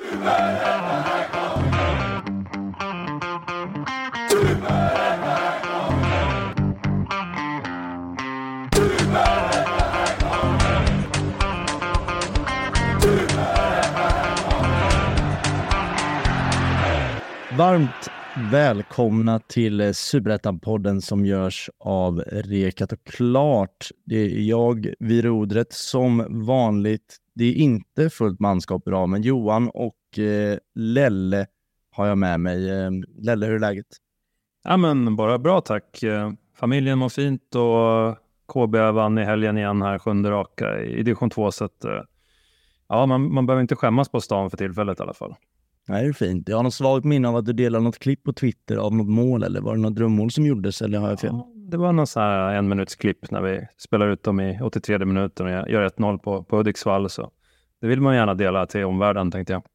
Varmt välkomna till Superettan-podden som görs av Rekat och Klart. Det är jag vid rodret som vanligt. Det är inte fullt manskap idag, men Johan och Lelle har jag med mig. Lelle, hur är läget? Ja, men bara bra, tack. Familjen mår fint och KB vann i helgen igen här, 7:e raka i division 2. Så att, ja, man behöver inte skämmas på stan för tillfället i alla fall. Nej, det är fint. Jag har något svagt minne av att du delade något klipp på Twitter av något mål, eller var det något drömmål som gjordes, eller har jag fel? Ja, det var någon så här 1 minuts klipp när vi spelar ut dem i 83 minuter och jag gör 1-0 på Hudiksvall, så det vill man gärna dela till omvärlden, tänkte jag.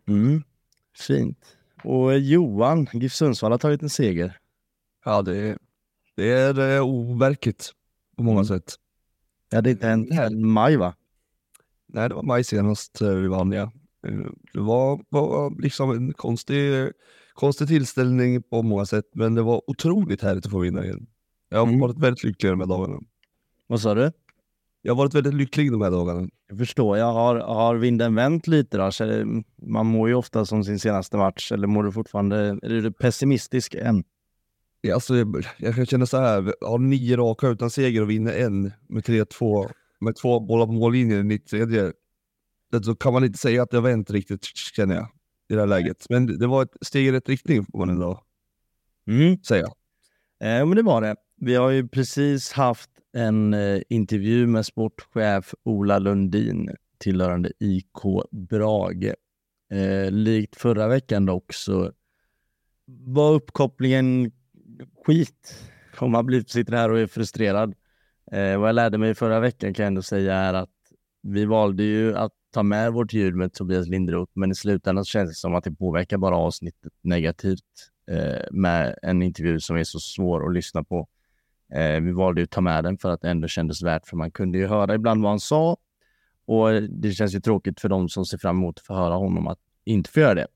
Fint. Och Johan, GIF Sundsvall har tagit en seger. Ja, det är overkligt på många sätt. Ja, det är inte en maj, va? Nej, det var maj senast vi vann, ja. Det var liksom en konstig tillställning på många sätt, men det var otroligt härligt att få vinna igen. Jag har varit väldigt lycklig de här dagarna. Vad sa du? Jag har varit väldigt lycklig de här dagarna. Jag förstår, jag har vinden vänt lite då. Så man mår ju ofta som sin senaste match, eller mår du fortfarande, är du pessimistisk än? Ja, alltså, jag kan känna så här, jag har 9 raka utan seger och vinner en med 3-2, med 2 bollar på mållinjen i 93. Så kan man inte säga att det var inte riktigt, känner jag, i det här läget. Men det var ett steg i rätt riktning, får man ändå säga. Men det var det. Vi har ju precis haft en intervju med sportchef Ola Lundin, tillhörande IK Brage. Likt förra veckan dock så var uppkopplingen skit. Om man sitter här och är frustrerad. Vad jag lärde mig förra veckan kan jag ändå säga är att vi valde ju att ta med vårt ljud med Tobias Linderoth, men i slutändan känns det som att det påverkar bara avsnittet negativt med en intervju som är så svår att lyssna på. Vi valde ju att ta med den för att det ändå kändes värt, för man kunde ju höra ibland vad han sa, och det känns ju tråkigt för de som ser fram emot att få höra honom att inte få göra det.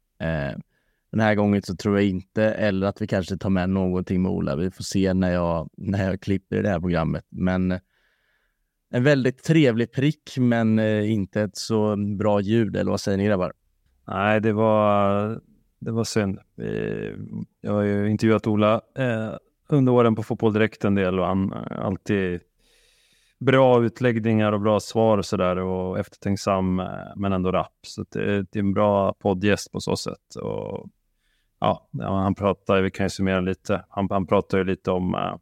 Den här gången så tror jag inte, eller att vi kanske tar med någonting med Ola. Vi får se när jag klipper i det här programmet, men en väldigt trevlig prick, men inte ett så bra ljud, eller vad säger ni grabbar? Nej, det var synd. Jag har ju intervjuat Ola under åren på Fotboll Direkt en del, och han alltid bra utläggningar och bra svar och sådär, och eftertänksam men ändå rapp. Så det är en bra poddgäst på så sätt. Och ja, han pratar, vi kan ju summera lite. Han pratar ju lite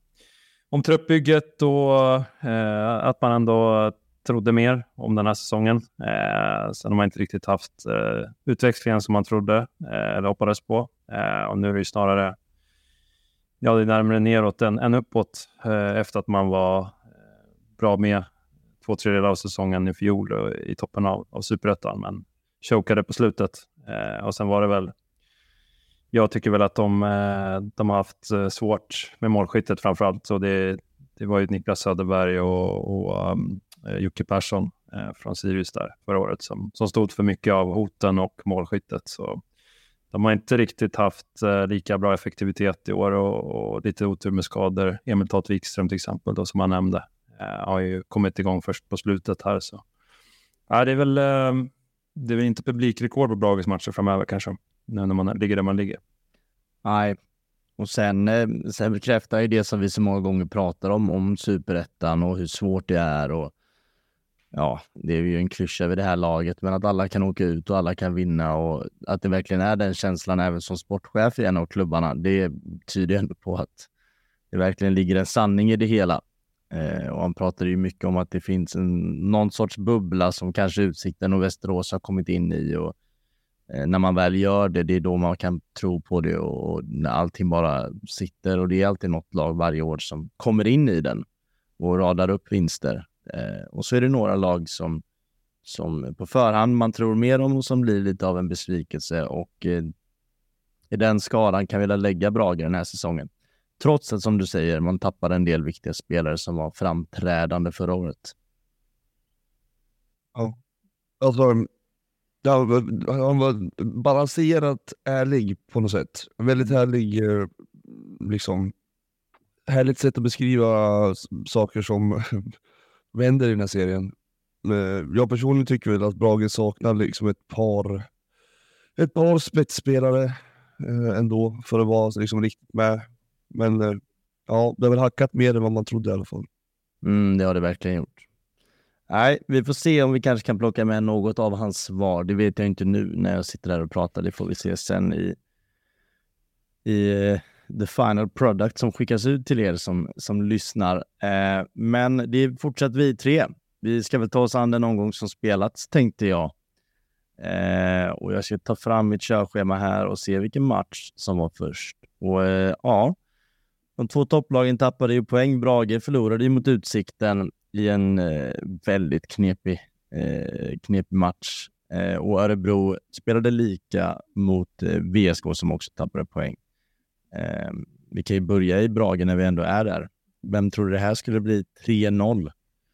om truppbygget och att man ändå trodde mer om den här säsongen. Sen har man inte riktigt haft utvecklingen som man trodde eller hoppades på. Och nu är det ju snarare, ja, det är närmare neråt än uppåt, efter att man var bra med 2/3 av säsongen i fjol och i toppen av Superettan, men chokade på slutet. Och sen var det väl, jag tycker väl att de har haft svårt med målskyttet framförallt. Så det var ju Niklas Söderberg och Jocke Persson från Sirius där förra året som stod för mycket av hoten och målskyttet. Så de har inte riktigt haft lika bra effektivitet i år, och lite otur med skador. Emil Tott Wikström till exempel då, som han nämnde, har ju kommit igång först på slutet här. Så ja, det är väl inte publikrekord på Brages matcher framöver kanske, nu när man ligger där man ligger. Nej, och sen bekräftar ju det som vi så många gånger pratar om Superettan och hur svårt det är, och ja, det är ju en klyscha vid det här laget, men att alla kan åka ut och alla kan vinna, och att det verkligen är den känslan även som sportchef i en av klubbarna, det tyder ändå på att det verkligen ligger en sanning i det hela. Och han pratade ju mycket om att det finns någon sorts bubbla som kanske Utsikten och Västerås har kommit in i, och när man väl gör det är då man kan tro på det, och när allting bara sitter, och det är alltid något lag varje år som kommer in i den och radar upp vinster. Och så är det några lag som på förhand man tror mer om och som blir lite av en besvikelse, och i den skadan kan vi lägga Brage den här säsongen. Trots att, som du säger, man tappar en del viktiga spelare som var framträdande förra året. Ja, alltså Han var balanserat ärlig på något sätt. Väldigt härlig, liksom härligt sätt att beskriva saker som händer i den här serien. Jag personligen tycker väl att Brage saknar liksom ett par spetsspelare ändå för att vara liksom riktigt med. Men ja, det har väl hackat mer än vad man trodde i alla fall. Det har det verkligen gjort. Nej, vi får se om vi kanske kan plocka med något av hans svar. Det vet jag inte nu när jag sitter där och pratar. Det får vi se sen i the final product som skickas ut till er som lyssnar. Men det är fortsatt vi tre. Vi ska väl ta oss an den omgång som spelats, tänkte jag. Och jag ska ta fram mitt körschema här och se vilken match som var först. Och ja, de två topplagen tappade ju poäng. Brage förlorade ju mot Utsikten i en väldigt knepig match. Och Örebro spelade lika mot VSK som också tappade poäng. Vi kan ju börja i Brage när vi ändå är där. Vem tror du det här skulle bli 3-0?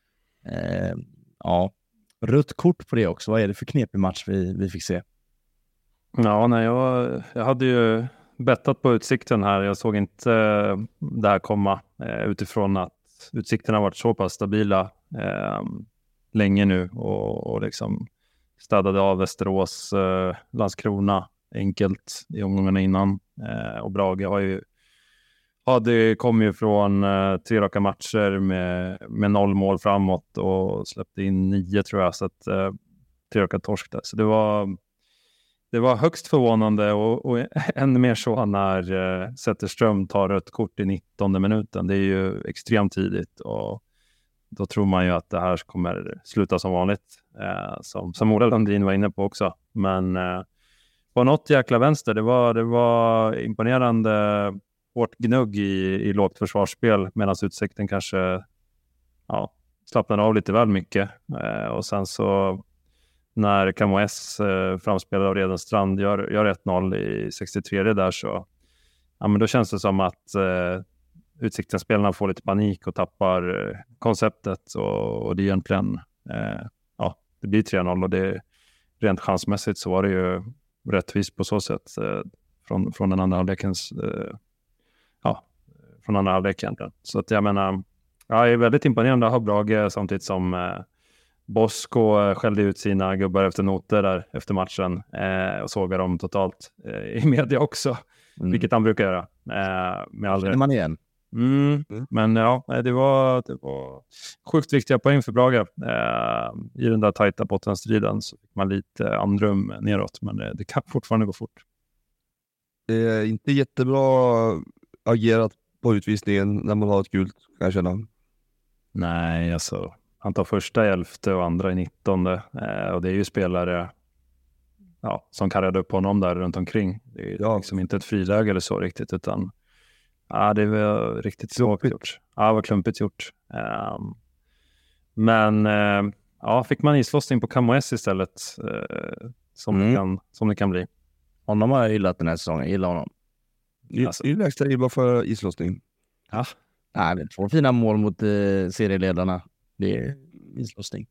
Ja, rött kort på det också. Vad är det för knepig match vi fick se? Ja, nej, jag hade ju bettat på Utsikten här. Jag såg inte det här komma utifrån att Utsikten har varit så pass stabila länge nu och liksom städade av Västerås, Landskrona enkelt i omgångarna innan. Och Brage kom ju från 3 raka matcher med 0 mål framåt och släppte in 9 tror jag, så att 3 raka torsk där. Så det var högst förvånande och ännu mer så när Zetterström tar rött kort i 19:e minuten. Det är ju extremt tidigt och då tror man ju att det här kommer sluta som vanligt. Som Ola Lundin var inne på också. Men på något jäkla vänster, det var imponerande hårt gnugg i lågt försvarsspel medan Utsikten kanske slappnade av lite väl mycket. Och sen så när KMS framspelade av Redenstrand gör 1-0 i 63 där, så men då känns det som att Utsikten-spelarna får lite panik och tappar konceptet och det är egentligen det blir 3-0 och det rent chansmässigt så var det ju rättvist på så sätt från den andra halvlekens från andra halvlek egentligen. Så att jag menar, jag är väldigt imponerande att ha Brage samtidigt som Bosko skällde ut sina gubbar efter noter där efter matchen och sågar dem totalt i media också, vilket han brukar göra med all rätt. Man igen. Men ja, det var sjukt viktiga poäng för Brage. I den där tajta bottenstriden så fick man lite andrum neråt, men det kan fortfarande gå fort. Det är inte jättebra agerat på utvisningen när man har ett gult, kan jag känna. Nej, alltså han tar första i 11:e och andra i 19:e och det är ju spelare som karrade upp honom där runt omkring. Det är liksom inte ett friläge eller så riktigt, utan det var riktigt svårt gjort. Ja, det var klumpigt gjort. Men fick man islossning på KMS istället som det kan bli. Honom har jag gillat den här säsongen. Jag gillar honom. Det är extra illa för islossning. Ja. Nej, det är 2 fina mål mot serieledarna. Det är islossning.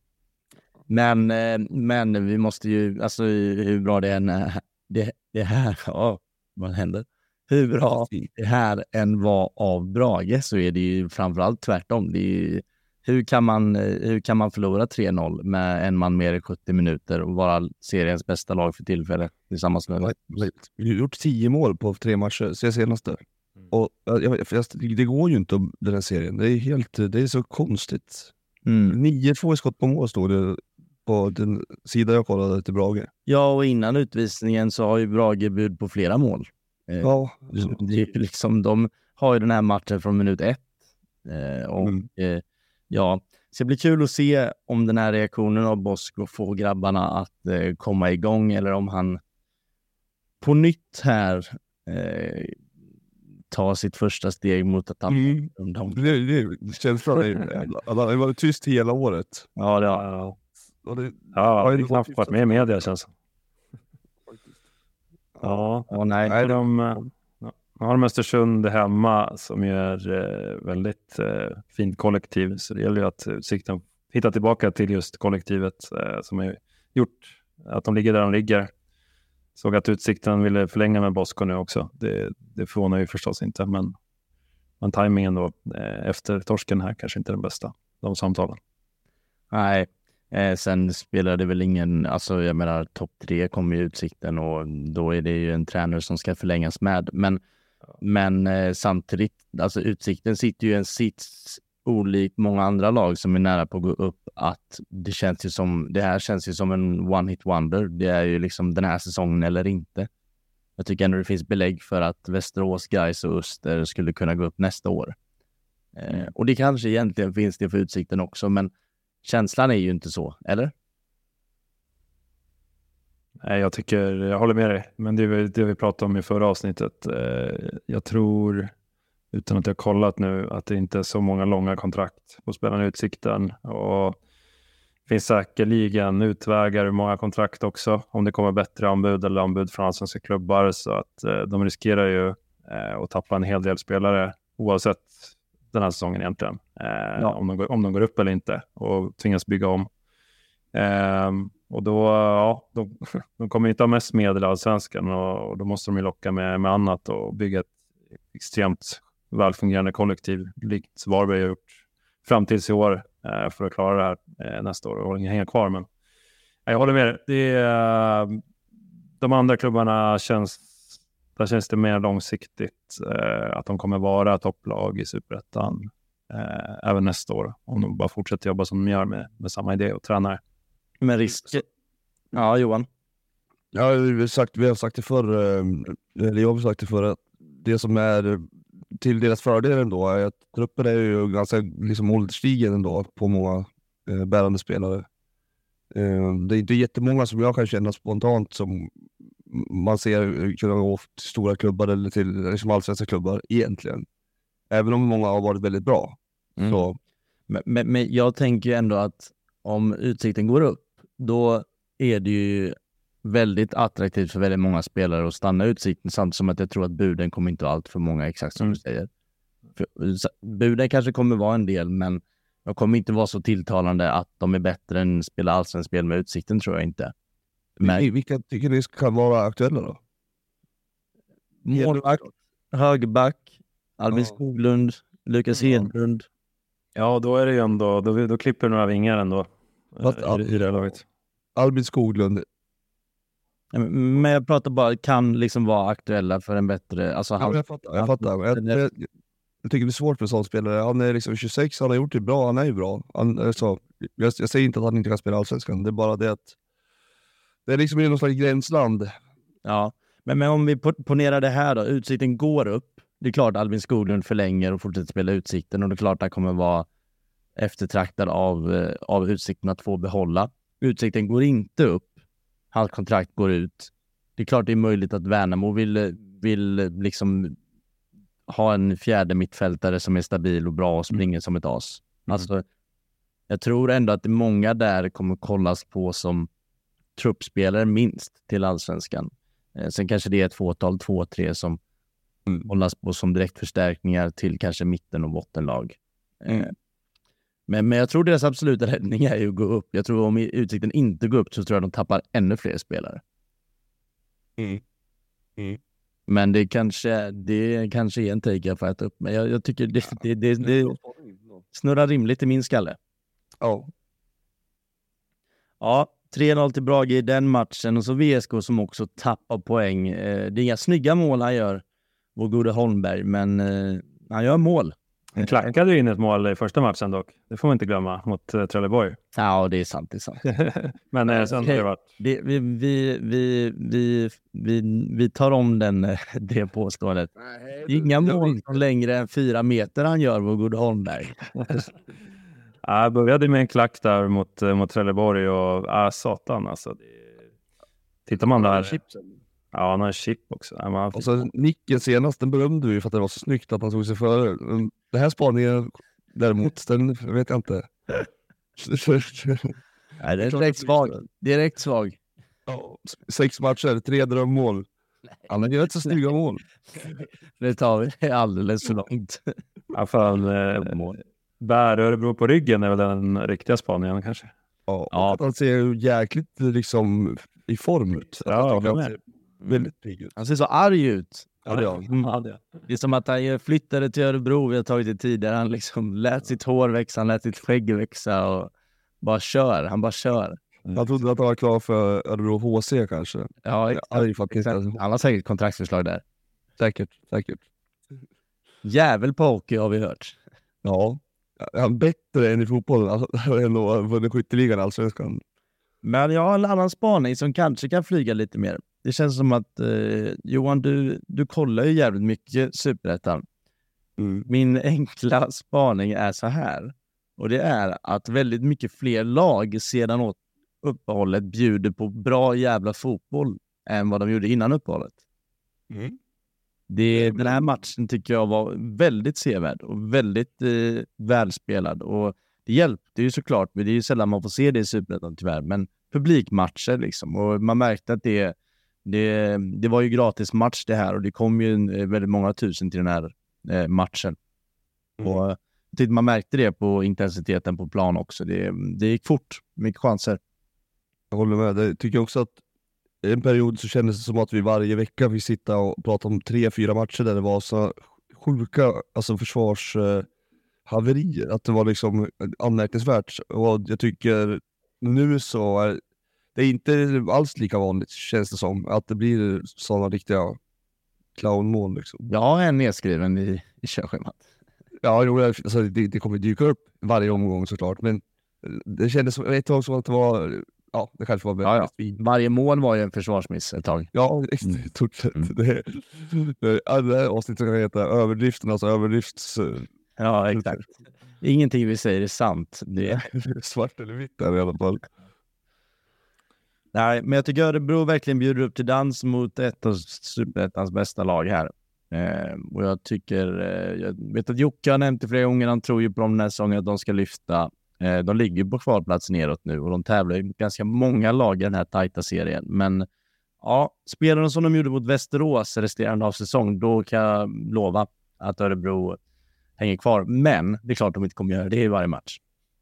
Men vi måste ju, alltså hur bra det än är, det här, vad händer? Hur bra det här än var av Brage, så är det ju framförallt tvärtom. Det är ju, hur kan man förlora 3-0 med en man mer i 70 minuter och vara seriens bästa lag för tillfället tillsammans med Vi har gjort 10 mål på 3 matcher senaste. Och det går ju inte den här serien. Det är så konstigt. 9-2 i skott på mål stod det på den sida jag kollade till Brage. Ja, och innan utvisningen så har ju Brage bud på flera mål. Ja. Det är liksom, de har ju den här matchen från minut 1. Så det blir kul att se om den här reaktionen av Bosko får grabbarna att komma igång, eller om han på nytt här tar sitt första steg mot att tappa dem. Det känns bra. Han har varit tyst hela året. Ja, det har jag har knappt varit med i media, känns. Nej. De har Östersund hemma som är väldigt fint kollektiv, så det gäller ju att Utsikten hitta tillbaka till just kollektivet som har gjort att de ligger där de ligger. Såg att Utsikten ville förlänga med Bosko nu också. Det förvånar ju förstås inte, men tajmingen då efter torsken här kanske inte är den bästa, de samtalen. Nej, sen spelar det väl ingen, alltså jag menar topp 3 kommer ju Utsikten och då är det ju en tränare som ska förlängas med. Men samtidigt, alltså Utsikten sitter ju i en sits olikt många andra lag som är nära på att gå upp, att det här känns ju som en one hit wonder. Det är ju liksom den här säsongen eller inte. Jag tycker ändå det finns belägg för att Västerås, Gais och Öster skulle kunna gå upp nästa år. Och det kanske egentligen finns det för Utsikten också, men känslan är ju inte så, eller? Nej, jag håller med dig. Men det är det vi pratade om i förra avsnittet. Jag tror, utan att jag kollat nu, att det inte är så många långa kontrakt på spelarna i Utsikten. Och det finns säkerligen utvägar i många kontrakt också. Om det kommer bättre anbud eller anbud från allsvenska klubbar. Så att de riskerar ju att tappa en hel del spelare oavsett den här säsongen egentligen. Om de går upp eller inte och tvingas bygga om. Och då, de kommer inte ha mest medel i allsvenskan och då måste de ju locka med annat och bygga ett extremt välfungerande kollektiv likt Varberg har gjort fram tills i år för att klara det här nästa år och hänga kvar. Men jag håller med. De andra klubbarna känns det mer långsiktigt att de kommer vara topplag i Superettan även nästa år om de bara fortsätter jobba som de gör med samma idé och tränare. Men risk. Ja, Johan. Ja, vi har sagt det förr, eller jag har sagt det förr, att det som är till deras fördel ändå är att truppen är ju ganska liksom ålderstigen ändå på många bärande spelare. Det är inte jättemånga som jag kan känna spontant som man ser kunna gå till stora klubbar eller till liksom allsvenska klubbar egentligen. Även om många har varit väldigt bra. Så. Men jag tänker ju ändå att om Utsikten går upp, då är det ju väldigt attraktivt för väldigt många spelare att stanna i Utsikten, samtidigt som att jag tror att buden kommer inte vara allt för många, exakt som du säger. Buden kanske kommer vara en del, men de kommer inte vara så tilltalande att de är bättre än spela allsvensk spel med Utsikten, tror jag inte. Men vilka tycker ni kan vara aktuella då? Målvakt, högerback, Albin Skoglund, Lukas Hedlund. Ja, då är det ju ändå, då klipper några vingar ändå i det här laget. Albin Skoglund. Men jag pratar bara, kan liksom vara aktuella för en bättre... Alltså jag fattar. Jag tycker det är svårt för en sån spelare. Han är liksom 26, han har gjort det bra, han är ju bra. Jag säger inte att han inte kan spela allsvenskan, det är bara det att det är liksom i någon slags gränsland. Ja, men om vi ponerar det här då, Utsikten går upp. Det är klart Albin Skoglund förlänger och fortsätter spela Utsikten, och det är klart att han kommer vara eftertraktad av Utsikten att få behålla. Utsikten går inte upp, hans kontrakt går ut. Det är klart det är möjligt att Värnamo vill liksom ha en fjärde mittfältare som är stabil och bra och springer som ett as. Alltså, jag tror ändå att det många där kommer kollas på som truppspelare minst till allsvenskan. Sen kanske det är ett fåtal, 2-3 som hållas på som direktförstärkningar till kanske mitten- och bottenlag. Men jag tror deras absoluta räddning är ju att gå upp. Jag tror om Utsikten inte går upp så tror jag de tappar ännu fler spelare. Men det kanske är en take för att äta upp. Men jag tycker det snurrar rimligt i min skalle. Ja, 3-0 till Brage i den matchen. Och så VSK som också tappar poäng. Det är inga snygga mål han gör, vår gode Holmberg. Men han gör mål. Han klackade in ett mål i första matchen dock. Det får man inte glömma, mot Trelleborg. Ja, det är sant. Men sen har det varit... Vi tar om det påståendet. Inga mål längre än 4 meter han gör, vår gode Holmberg. Jag började med en klack där mot Trelleborg och satan alltså. Tittar man där... Ja, han har en chip också. Och så nicken senast, den berömde vi för att det var så snyggt att han såg sig före. Det här spaningen däremot, den vet jag inte. Nej, det är direkt svag. 6 matcher, 3 drömmål. Han har gjort så snygga mål. Det tar vi alldeles för långt. Bär Örebro på ryggen är väl den riktiga spaningen kanske. Ja, Ja. och att han ser jäkligt liksom i form ut. Ja, Han men- ser väldigt pigg ut. Han ser så arg ut. Ja, det gör han. Ja, det. Det är som att han flyttade till Örebro, vi har tagit det tidigare. Han liksom lät sitt hår växa, han lät sitt skägg växa och bara kör. Han bara kör. Jag trodde att han var klar för Örebro HC kanske. Ja, Ja, det är exakt. faktiskt exakt. Han har säkert kontraktsförslag där. säkert. Jävel på hockey har vi hört. Ja. Han är bättre än i fotbollen. Alltså, än att vinna skytteligan, allsvenskan. Men jag har en annan spaning som kanske kan flyga lite mer. Det känns som att Johan, du kollar ju jävligt mycket Superettan. Min enkla spaning är så här. Och det är att väldigt mycket fler lag sedan uppehållet bjuder på bra jävla fotboll än vad de gjorde innan uppehållet. Den här matchen tycker jag var väldigt sevärd och väldigt välspelad. Och det hjälpte ju såklart, men det är ju sällan man får se det i Superettan tyvärr. Men publikmatcher liksom. Och man märkte att det var ju gratis match det här och det kom ju väldigt många tusen till den här matchen. Och jag tyckte man märkte det på intensiteten på plan också. Det gick fort, mycket chanser. Jag håller med. Det tycker jag också att en period så kändes det som att vi varje vecka fick sitta och prata om 3-4 matcher där det var så sjuka försvarshaverier. Att det var liksom anmärkningsvärt. Och jag tycker nu så är det är inte alls lika vanligt, känns det som. Att det blir sådana riktiga clownmål liksom. Jag är nedskriven i körschemat. Ja, alltså, det kommer dyka upp varje omgång såklart. Men det kändes som ett tag som att det var... Ja, det kanske var väldigt fint. Varje mål var ju en försvarsmiss ett tag. Ja, i stort sett. Det här avsnittet kan heta överdriften, alltså överdrifts... Ja, exakt. Ingenting vi säger är sant. Det är... svart eller vitt där i alla fall. Nej, men jag tycker Örebro verkligen bjuder upp till dans mot ett av Superettans bästa lag här. Och jag tycker, jag vet att Jocke har nämnt det flera gånger, han tror ju på den här säsongen att de ska lyfta. De ligger på kvalplats neråt nu och de tävlar ju ganska många lag i den här tajta serien. Men ja, spelar de som de gjorde mot Västerås resterande av säsong, då kan jag lova att Örebro hänger kvar. Men det är klart de inte kommer göra det i varje match.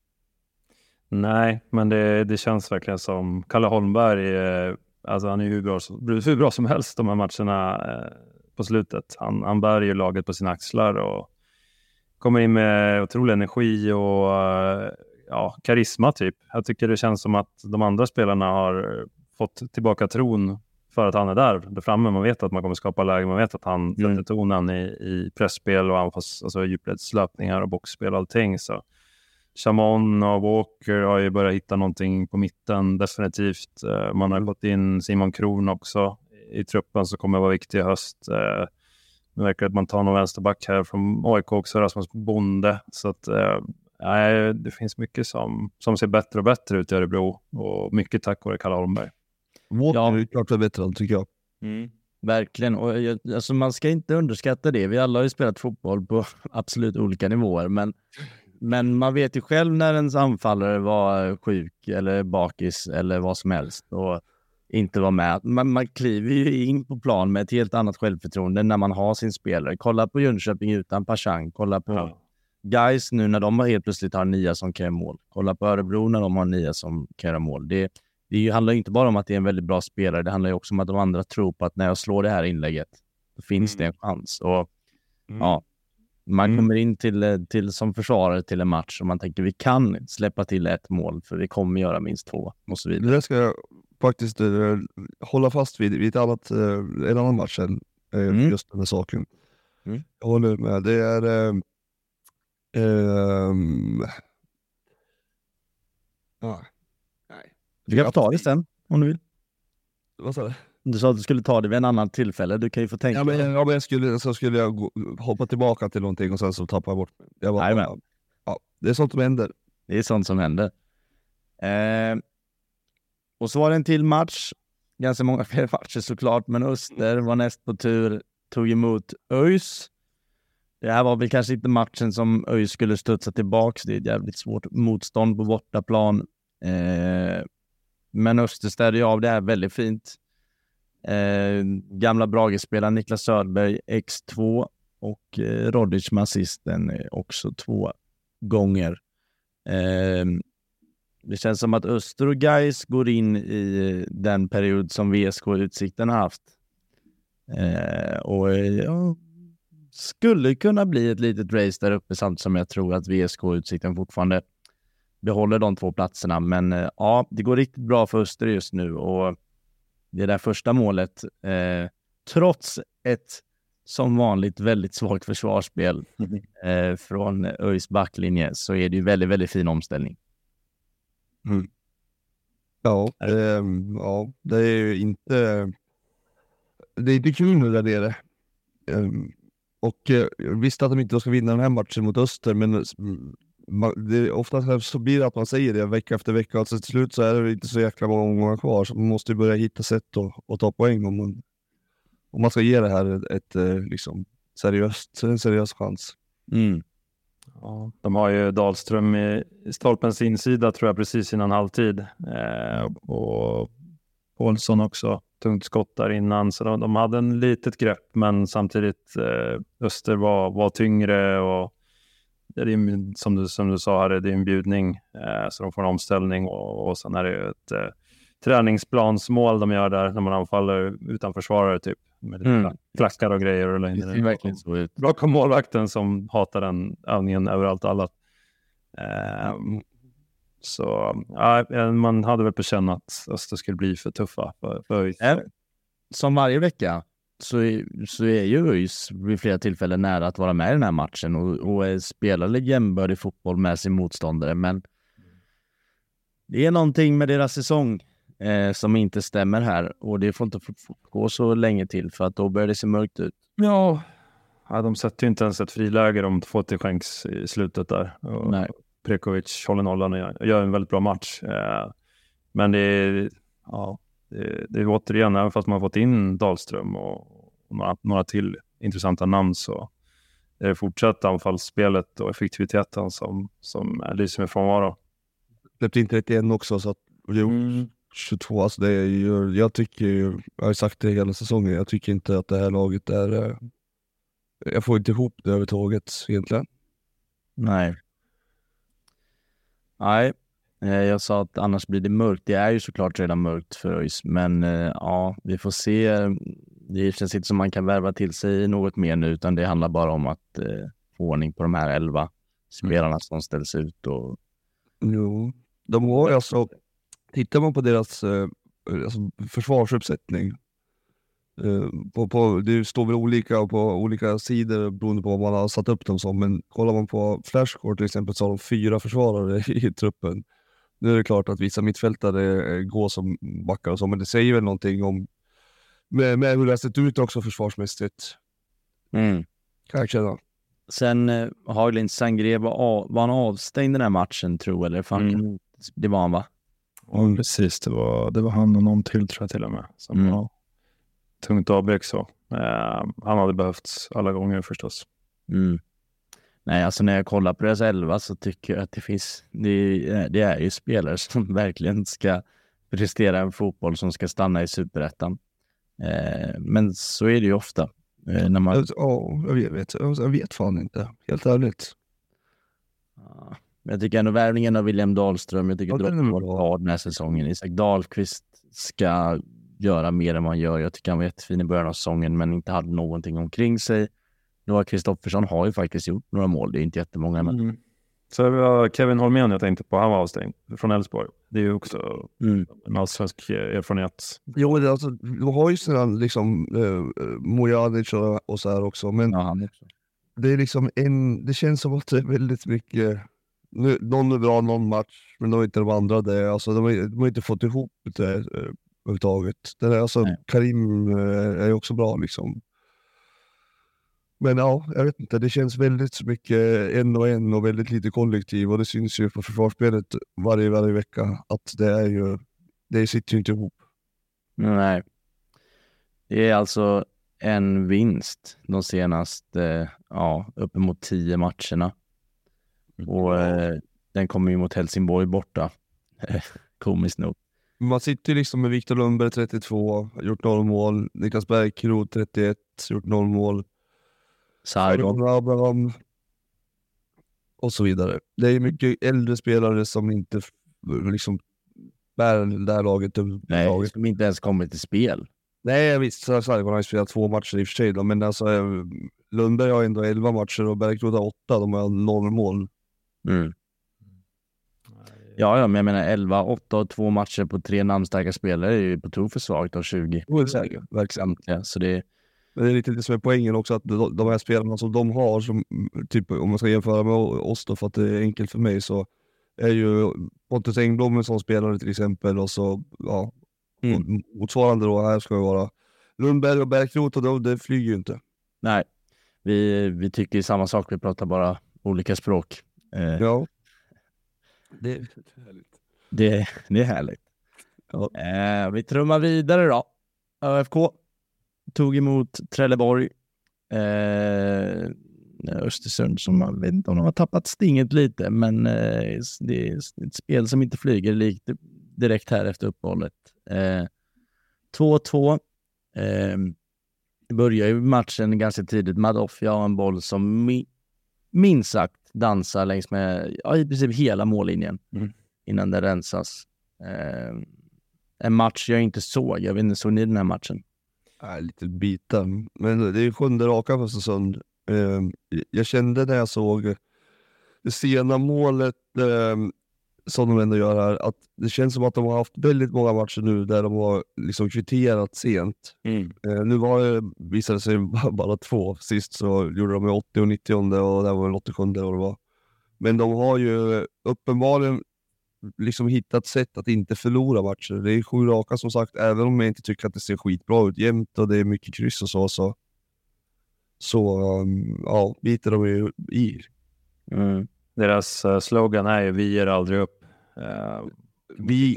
Nej, men det känns verkligen som Kalle Holmberg, alltså han är hur bra som helst de här matcherna på slutet. Han bär ju laget på sina axlar och kommer in med otrolig energi och karisma typ. Jag tycker det känns som att de andra spelarna har fått tillbaka tron för att han är där framme. Man vet att man kommer skapa läge, man vet att han sätter tonen i pressspel och alltså djupledslöpningar och boxspel och allting. Så Chamon och Walker har ju börjat hitta någonting på mitten, definitivt. Man har gått in Simon Kron också i truppen som kommer att vara viktig i höst. Det verkar att man tar någon vänsterback här från AIK också, Rasmus Bonde. Så att det finns mycket som ser bättre och bättre ut i Örebro. Och mycket tack vare Kalle Holmberg. Walker är klart bättre, tycker jag. Verkligen, och alltså man ska inte underskatta det. Vi alla har ju spelat fotboll på absolut olika nivåer, men man vet ju själv när ens anfallare var sjuk eller bakis eller vad som helst och inte var med. Man kliver ju in på plan med ett helt annat självförtroende när man har sin spelare. Kolla på Jönköping utan Pachang. Kolla på Guys nu när de helt plötsligt har nia som kan göra mål. Kolla på Örebro när de har nia som kan göra mål. Det handlar inte bara om att det är en väldigt bra spelare. Det handlar ju också om att de andra tror på att när jag slår det här inlägget då finns det en chans. Och man kommer in till som försvarare till en match och man tänker vi kan släppa till ett mål för vi kommer göra minst 2 och så vidare. Det där ska jag faktiskt hålla fast vid en annan match än just den här saken. Jag håller med. Det är Du kan få ta det sen om du vill. Vad sa du? Du sa att du skulle ta det vid en annan tillfälle. Du kan ju få tänka. Ja, men jag skulle jag hoppa tillbaka till någonting och sen så tappar jag bort mig. Det är sånt som händer. Det är sånt som händer. Och så var det en till match. Ganska många fler matcher såklart. Men Öster var näst på tur. Tog emot ÖIS. Det här var väl kanske inte matchen som ÖIS skulle studsa tillbaks. Det är ett jävligt svårt motstånd på bortaplan. Men Öster städde av det här väldigt fint. Gamla Brage-spelaren Niklas Söderberg X2 och Rodic med assisten också 2 gånger. Det känns som att Öster och Gais går in i den period som VSK och Utsikten har haft. Skulle kunna bli ett litet race där uppe, samt som jag tror att VSK och Utsikten fortfarande behåller de 2 platserna. Men det går riktigt bra för Öster just nu, och det där första målet, trots ett som vanligt väldigt svagt försvarsspel från ÖIS backlinje, så är det ju väldigt, väldigt fin omställning. Ja, det är ju inte... Det är inte kul nu där nere. Och visst att de inte ska vinna den här matchen mot Öster, men ofta så blir det att man säger det vecka efter vecka. Alltså till slut så är det inte så jäkla många kvar, så man måste börja hitta sätt att ta poäng om man ska ge det här ett liksom en seriös chans. Ja, de har ju Dahlström i stolpens insida, tror jag, precis innan halvtid. Och Paulsson också, tungt skott där innan. Så de hade en litet grepp, men samtidigt Öster var tyngre, och det är, som du sa här, det är en bjudning, så de får en omställning, och sen är det ett träningsplansmål de gör där när man anfaller utan försvarare typ, med klackar och grejer och det ser verkligen så ut. Bakom målvakten som hatar den övningen överallt alla. Så man hade väl på känn att Öster skulle bli för tuffa för som varje vecka så är ju ÖIS vid flera tillfällen nära att vara med i den här matchen och spela jämbördig fotboll med sin motståndare, men det är någonting med deras säsong som inte stämmer här, och det får inte gå så länge till, för att då börjar det se mörkt ut. Ja, de sätter ju inte ens ett friläge, de får till skänks i slutet där. Nej. Prekovic håller nollan och gör en väldigt bra match. Men det är återigen, även fast man har fått in Dahlström och några till intressanta namn, så är det fortsatt anfallsspelet och effektiviteten som lyser med frånvaro. Släppte in 31 också, så att 22, alltså det är ju, jag har sagt det hela säsongen, jag tycker inte att det här laget är, jag får inte ihop det överhuvudtaget egentligen. Nej, jag sa att annars blir det mörkt. Det är ju såklart redan mörkt för ÖIS, men vi får se. Det känns inte som man kan värva till sig något mer nu, utan det handlar bara om att få ordning på de här 11 spelarna som ställs ut. Jo, de har alltså, tittar man på deras försvarsuppsättning, det står väl olika på olika sidor beroende på vad man har satt upp dem som, men kollar man på Flashcore till exempel, så har de 4 försvarare i truppen. Nu är det klart att vissa mittfältare går som backar och så, men det säger väl någonting om med hur det har sett ut också försvarsmässigt. Kan jag känna. Sen Haglind Sangre var han avstängd den här matchen, tror eller fan. Det var han, va? Ja, precis, det var han och någon till, tror jag, till och med, som var tungt avbräck, så han hade behövts alla gånger förstås. Nej, alltså när jag kollar på deras 11 så tycker jag att det är ju spelare som verkligen ska prestera en fotboll som ska stanna i Superettan. Men så är det ju ofta. När man... Jag vet fan inte, helt ärligt. Jag tycker ändå värvningen av William Dahlström, jag tycker att det var bra den här säsongen. Isak Dahlqvist ska göra mer än man gör. Jag tycker han var jättefin i början av säsongen, men inte hade någonting omkring sig. Noah Kristoffersson har ju faktiskt gjort några mål. Det är inte jättemånga. Men... Så det var Kevin Holmén jag tänkte på. Han var avstängd från Elfsborg. Det är ju också en allsvensk erfarenhet. Jo, det, alltså, de har ju sådana liksom Mojanic och så här också. Men han också. Det är liksom det känns som att det är väldigt mycket... Någon är bra någon match, men de är inte de andra det. Alltså, de har inte fått ihop det överhuvudtaget. Alltså, Karim är ju också bra liksom. Men ja, jag vet inte. Det känns väldigt mycket en och väldigt lite kollektiv. Och det syns ju på försvarsspelet varje vecka att det sitter ju inte ihop. Nej. Det är alltså en vinst de senaste uppemot 10 matcherna. Och den kommer ju mot Helsingborg borta. Komiskt nog. Man sitter liksom med Viktor Lundberg 32, gjort 0 mål. Niklas Bergkrot 31, gjort 0 mål. Sargon Abraham och så vidare. Det är mycket äldre spelare som inte liksom bär det här laget upp. Nej, som inte ens kommit till spel. Nej, visst. Sargon har ju spelat 2 matcher i och för sig då, men alltså Lundberg har ändå 11 matcher och Bärkroth har 8. De har 0 mål. Ja, men jag menar 11, 8 och 2 matcher på 3 namnstarka spelare är ju på tok för svagt av 20. Verkligen. Ja, så det... Men det är lite det som är poängen också, att de här spelarna som de har, som, typ, om man ska jämföra med oss då, för att det är enkelt för mig, så är ju Pontus Engblom en sån spelare till exempel, och så motsvarande då här ska det vara Lundberg och Bärkroth, och det flyger ju inte. Nej, vi tycker samma sak, vi pratar bara olika språk. Ja. Det är härligt. Det är härligt. Ja. Vi trummar vidare då. ÖFK tog emot Trelleborg. Östersund, som man vet inte om de har tappat stinget lite, men det är ett spel som inte flyger likt direkt här efter uppehållet. 2-2. Börjar ju matchen ganska tidigt. Madoffi har en boll som minst sagt dansar längs med i princip hela mållinjen innan det rensas. En match jag inte såg. Jag vet inte, såg ni den här matchen? Lite bitar. Men det är 7:e raka för Östersund. Jag kände när jag såg det sena målet som de ändå gör här, att det känns som att de har haft väldigt många matcher nu där de har liksom kvitterat sent. Nu visade det sig bara 2. Sist så gjorde de 80 och 90 och det var 87 och det var. Men de har ju uppenbarligen liksom hittat sätt att inte förlora matcher. Det är 7 raka som sagt, även om jag inte tycker att det ser skitbra ut jämt och det är mycket kryss och så biter de ju i. Deras slogan är ju vi ger aldrig upp. Vi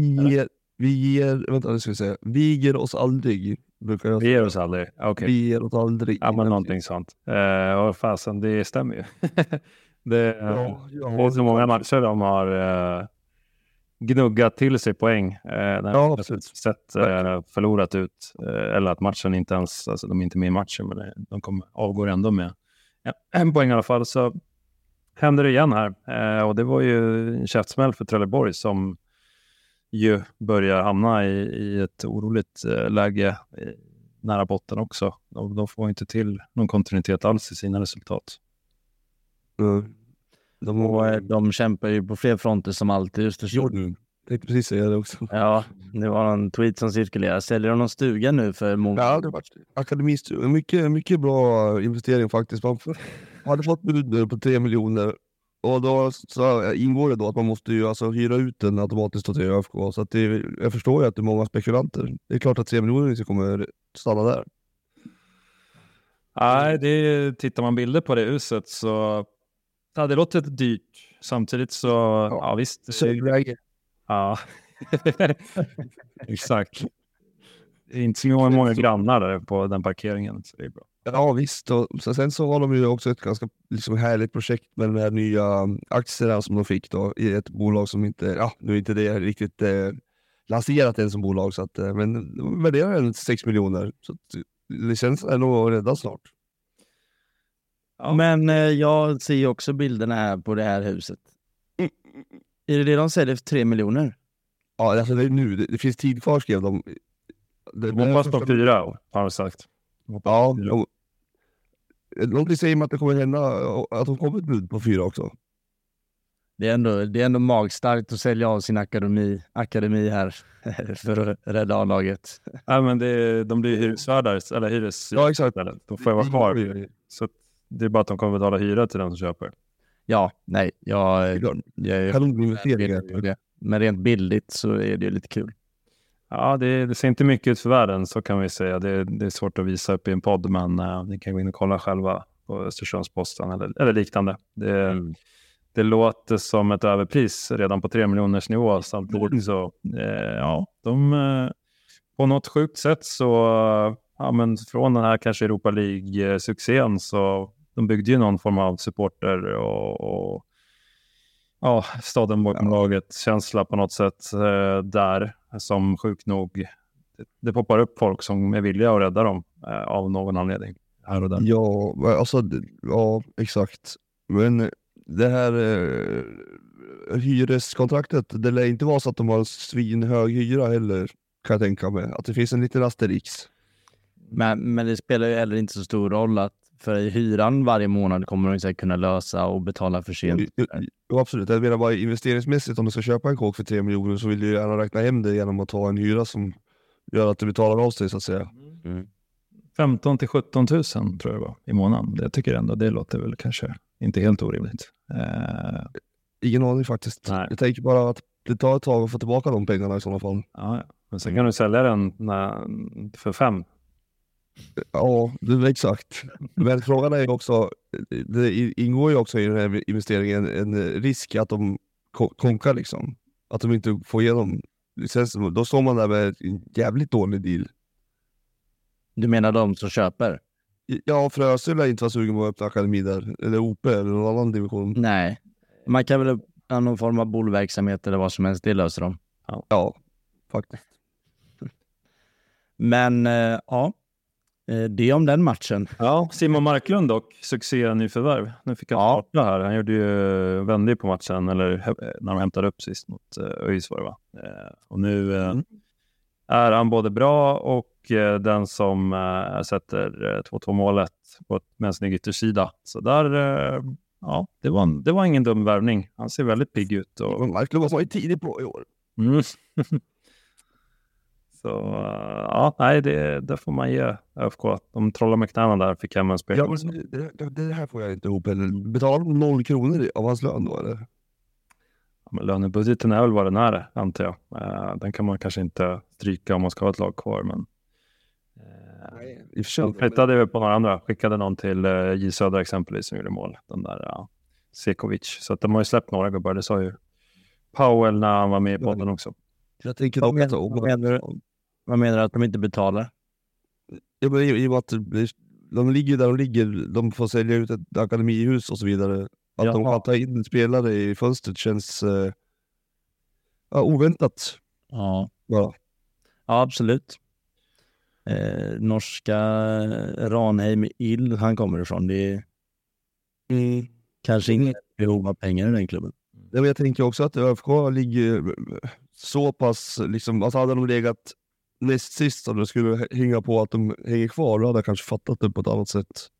ger oss aldrig. Vi ger oss aldrig. Okay. Vi ger oss aldrig. Ja, men någonting sånt. Och fasen, det stämmer ju. Det är så många matcher de har gnuggat till sig poäng när de sett förlorat ut, eller att matchen inte ens, alltså de är inte med i matchen, men de avgår ändå med en poäng i alla fall. Så händer det igen här, och det var ju en käftsmäll för Trelleborg som ju börjar hamna i ett oroligt läge nära botten också. De får inte till någon kontinuitet alls i sina resultat. De kämpar ju på fler fronter som alltid i Östersund. Jag tänkte precis säga det också. Ja, det var en tweet som cirkulerar. Säljer de någon stuga nu för många? Ja, det var akademistuga. Mycket bra investering faktiskt. Man hade fått bud på 3 miljoner. Och då så ingår det då att man måste ju alltså hyra ut den automatiskt till ÖFK. Så att jag förstår ju att det är många spekulanter. Det är klart att 3 miljoner inte kommer stanna där. Nej, tittar man bilder på det huset så det låter dyrt. Samtidigt så, ja visst. Ja, exakt. Det är inte så många grannar där på den parkeringen, så det är bra. Ja visst, och sen så har de ju också ett ganska liksom härligt projekt med de här nya aktierna som de fick då i ett bolag som inte, nu är inte det riktigt lanserat än som bolag, så att, men de värderar den 6 miljoner, så det känns nog rädda snart. Ja. Men jag ser ju också bilderna här på det här huset. Är det de säljer för 3 miljoner? Ja, alltså det är nu. Det finns tid kvar, skrev de. De hoppas på 4 år, har de sagt. Ja, någonting säger mig att det kommer hända att de kommer ett bud på 4 också. Det är ändå magstarkt att sälja av sin akademi här för att rädda A-laget. Ja, men de blir hyresvärdar, eller ja, exakt. De får vara kvar. Så det är bara att de kommer betala hyra till den som köper. Ja, nej. Men rent billigt så är det ju lite kul. Ja, det ser inte mycket ut för världen, så kan vi säga. Det är svårt att visa upp i en podd, men ni kan gå in och kolla själva på Östersundsposten eller liknande. Det låter som ett överpris redan på 3 miljoners nivå. Samtidigt så, på något sjukt sätt så, men från den här kanske Europa League-succén så de byggde ju någon form av supporter och staden bakom laget känsla på något sätt där, som sjukt nog det poppar upp folk som är villiga att rädda dem av någon anledning här och där. Ja, alltså, ja, exakt. Men det här hyreskontraktet, det lär inte vara så att de har en svinhög hyra heller, kan jag tänka mig. Att det finns en liten asterix. Men det spelar ju heller inte så stor roll att för i hyran varje månad kommer de inte kunna lösa och betala för sent. Jo, absolut. Jag menar bara investeringsmässigt, om du ska köpa en kåk för 3 miljoner så vill du gärna räkna hem det genom att ta en hyra som gör att du betalar av sig, så att säga. 15 till 17 000 tror jag det var i månaden. Jag tycker ändå det låter väl kanske inte helt orimligt. Ingen aning faktiskt. Nej. Jag tänker bara att det tar ett tag att få tillbaka de pengarna i sådana fall. Ja. Men sen kan du sälja den för 5. Ja, det är exakt. Men frågan är ju också, det ingår ju också i den här investeringen en risk att de konkar liksom. Att de inte får igenom licensen. Då står man där med en jävligt dålig deal. Du menar de som köper? Ja, Frösö inte vara sugen på att öppna akademi där. Eller OP eller någon annan division. Nej. Man kan väl ha någon form av bolverksamhet eller vad som helst, det löser de. Ja, faktiskt. Men ja, det om den matchen. Ja, Simon Marklund dock, succé nyförvärv. Nu fick han starta här. Han gjorde ju vände på matchen, eller när de hämtade upp sist mot ÖIS var det, va? Och nu är han både bra och den som sätter 2-2 målet med en snygg yttersida. Så där, ja, det var ingen dum värvning. Han ser väldigt pigg ut. Och Marklund var ju tidig på i år. Så ja, nej, det får man ge ÖFK. De trollar med knäna där, fick hem en spel. Ja, men det här får jag inte ihop heller. Betalar de 0 kronor av hans lön då, eller? Ja, men lönebudgeten är väl vad den är, antar jag. Den kan man kanske inte stryka om man ska ha ett lag kvar, men de flyttade väl på några andra. Skickade någon till J Södra exempelvis som gjorde mål. Den där Sekovic. Så att de har ju släppt några gubbar. Det sa ju Powell när han var med i podden också. Jag tänker vad menar du att de inte betalar? Ja, men i och med att de ligger där de ligger, de får sälja ut ett akademihus och så vidare. Att de kan ta in spelare i fönstret känns oväntat. Ja. Ja, Absolut. Norska Ranheim Ill han kommer ifrån. Det är kanske inget behov av pengar i den klubben. men jag tänker också att ÖFK ligger så pass, liksom, alltså hade de legat näst sist och det skulle hänga på att de hänger kvar, då hade jag kanske fattat det på ett annat sätt.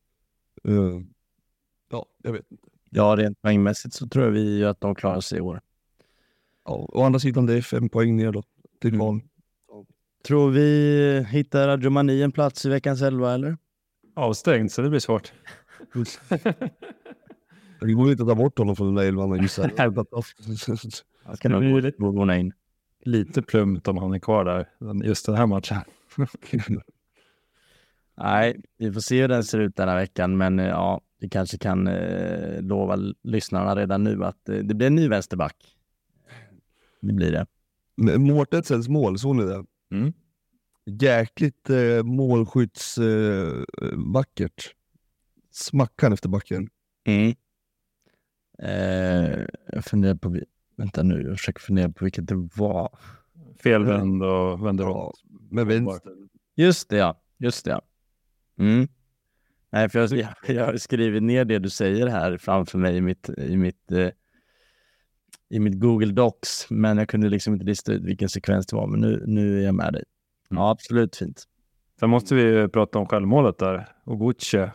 Ja, jag vet inte. Ja, rent poängmässigt så tror vi att de klarar sig i år. Ja, å andra sidan det är 5 poäng ner då till kval. Tror vi hittar Adjomani en plats i veckans 11 eller? Avstängd, så det blir svårt. Det går inte att ta bort honom från den där 11:an, gissar jag. Ska nog gå in. Lite plumpt om han är kvar där just den här matchen. Nej, vi får se hur den ser ut den här veckan, men ja, vi kanske kan lova lyssnarna redan nu att det blir en ny vänsterback. Det blir det. Mårtensens mål, såg ni det? Jäkligt målskyttsvackert. Smackan efter backen. Jag funderar på, vänta nu, jag försöker fundera på vilket det var. Felvänd och vänder runt. Med vänster. Just det, ja. Nej, för jag har skrivit ner det du säger här framför mig i mitt Google Docs, men jag kunde liksom inte lista ut vilken sekvens det var, men nu är jag med dig. Ja, absolut fint. Sen måste vi prata om självmålet där. Oguche.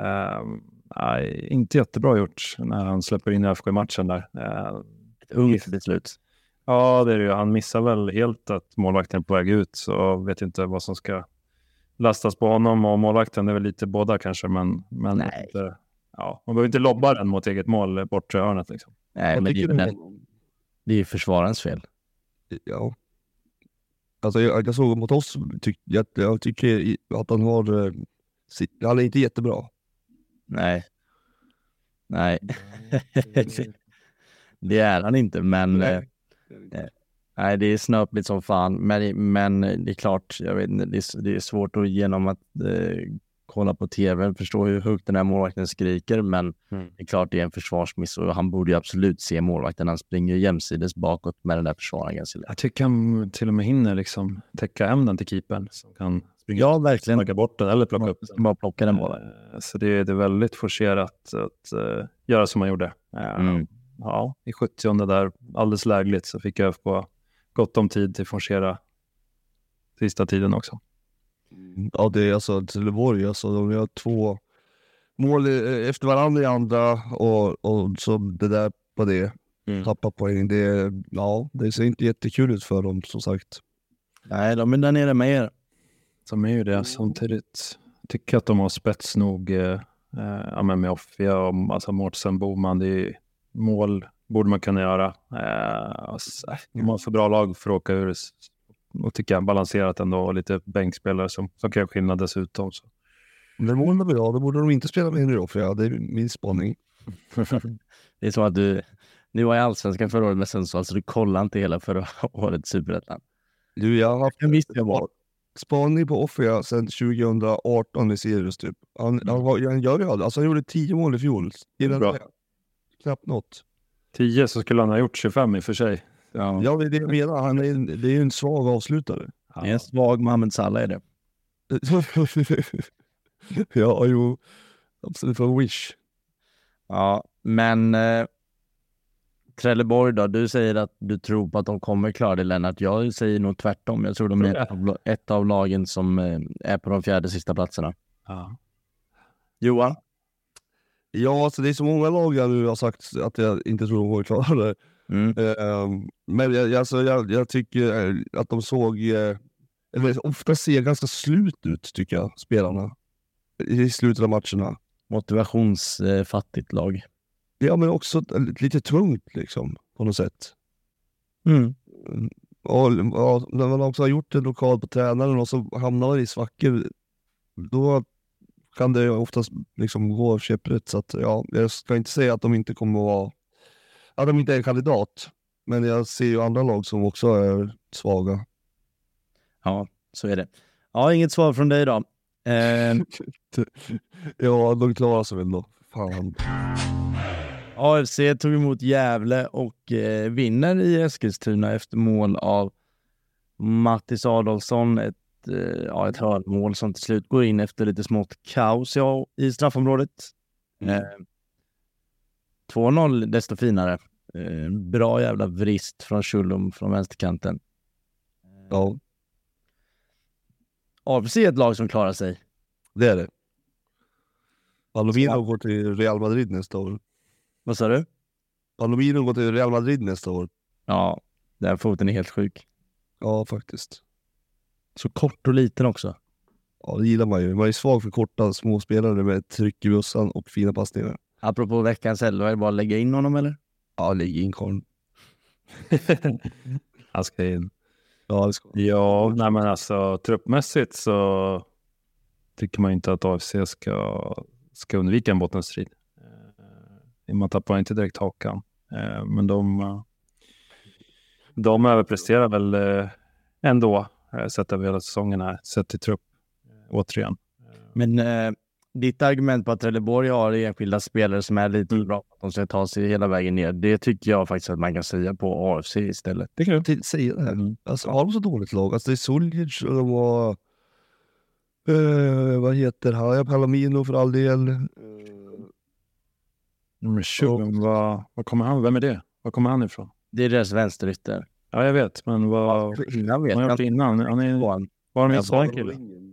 Inte jättebra gjort när han släpper in ÖFK i matchen där. Ett ungt beslut. Ja, det är det ju. Han missar väl helt att målvakten är på väg ut, så vet inte vad som ska lastas på honom och målvakten. Det är väl lite båda kanske, men nej. Inte, ja, man behöver inte lobba den mot eget mål bort till hörnet liksom. Nej, men det är ju försvarens fel. Ja. Alltså jag såg mot oss, jag tycker att han han är inte jättebra. Nej. Det är han inte, men nej, det är snöpligt som fan. Men det är klart, jag vet inte, det är svårt att genom att kolla på tv förstå hur högt den här målvakten skriker, men det är klart det är en försvarsmiss och han borde ju absolut se målvakten. Han springer ju jämsides bakåt med den där försvararen ganska lätt. Jag tycker han till och med hinner liksom täcka hem den till keepern som kan springa verkligen plocka bort den eller plocka upp den. Bara plocka den bollen. Så det är väldigt forcerat att göra som man gjorde. i 70:e där, alldeles lägligt, så fick ÖFK gott om tid till forcera sista tiden också. Ja, det är alltså Trelleborg, alltså de gör 2 mål efter varandra i andra och så det där på det. Tappa poäng, det ser inte jättekul ut för dem, som sagt. Nej, de är där nere med er. Som är ju det. Samtidigt tycker jag att de har spets nog med Offia och alltså Mårtsen, Boman. Det är mål borde man kunna göra. De har för bra lag för att åka ur, och tycker jag balanserat ändå, och lite bänkspelare som kan göra skillnad dessutom. Så. Men mål är bra, då borde de inte spela med Henry Offia. Det är min spaning. Det är så att ni var i Allsvenskan förra året med Sundsvall, så du kollar inte hela förra året Superettan. Jag har haft en viss spaning på Offia sedan 2018 i Sirius typ. Han gjorde 10 mål i fjol. Knappt något. 10 så skulle han ha gjort 25 i och för sig. Ja, det är det jag menar. Det är ju en svag avslutare. Ja. En svag Mohamed Salah är det. Ja, jo. Absolut för Wish. Ja, men Trelleborg då, du säger att du tror på att de kommer klara det, Lennart. Jag säger nog tvärtom. Jag tror de är ett av lagen som är på de 4:e sista platserna. Ja. Johan? Ja, alltså det är så många lag jag nu har sagt att jag inte tror de kommer klara det. Men jag tycker att de ofta ser ganska slut ut, tycker jag, spelarna. I slutet av matcherna. Motivationsfattigt lag. Ja, men också lite tungt liksom, på något sätt. Och när man också har gjort det lokalt på tränaren och så hamnar man i svackor, då kan det oftast liksom gå käpprätt. Så att, jag ska inte säga att de inte kommer att vara, att de inte är en kandidat. Men jag ser ju andra lag som också är svaga. Ja, så är det. Ja, inget svar från dig då. Ja, de klarar sig väl då. Fan. AFC tog emot Gävle och vinner i Eskilstuna efter mål av Mattis Adolfsson. Ett hörnmål som till slut går in efter lite smått kaos i straffområdet. 2-0 desto finare. Bra jävla vrist från Schullum från vänsterkanten. Ja. AFC är ett lag som klarar sig. Det är det. Palomino går till Real Madrid nästa år. Vad sa du? Palomino går till Real Madrid nästa år. Ja, den foten är helt sjuk. Ja, faktiskt. Så kort och liten också. Ja, det gillar man ju. Man är svag för korta småspelare med tryck i bussan och fina passningar. Apropå veckans 11, är det bara att lägga in honom eller? Ja, lägg in Karn. Han ska in. Ja, det ska. Ja, nej men alltså truppmässigt så tycker man inte att AFC ska undvika en bottenstrid. Man tappar inte direkt hakan. Men de överpresterar väl ändå sett över hela säsongen här, sett till trupp återigen. Men ditt argument på att Trelleborg har enskilda spelare som är lite bra, att de ska ta sig hela vägen ner, det tycker jag faktiskt att man kan säga på AFC istället. Det kan jag säga det här. Alltså har de så dåligt lag? Alltså det är Suljic och de har vad heter han? Palomino för all del. Men vad kommer han? Vem är det? Var kommer han ifrån? Det är deras vänsterytter. Ja, jag vet, men vad jag vet. Han har gjort innan. Han är var en sån kille.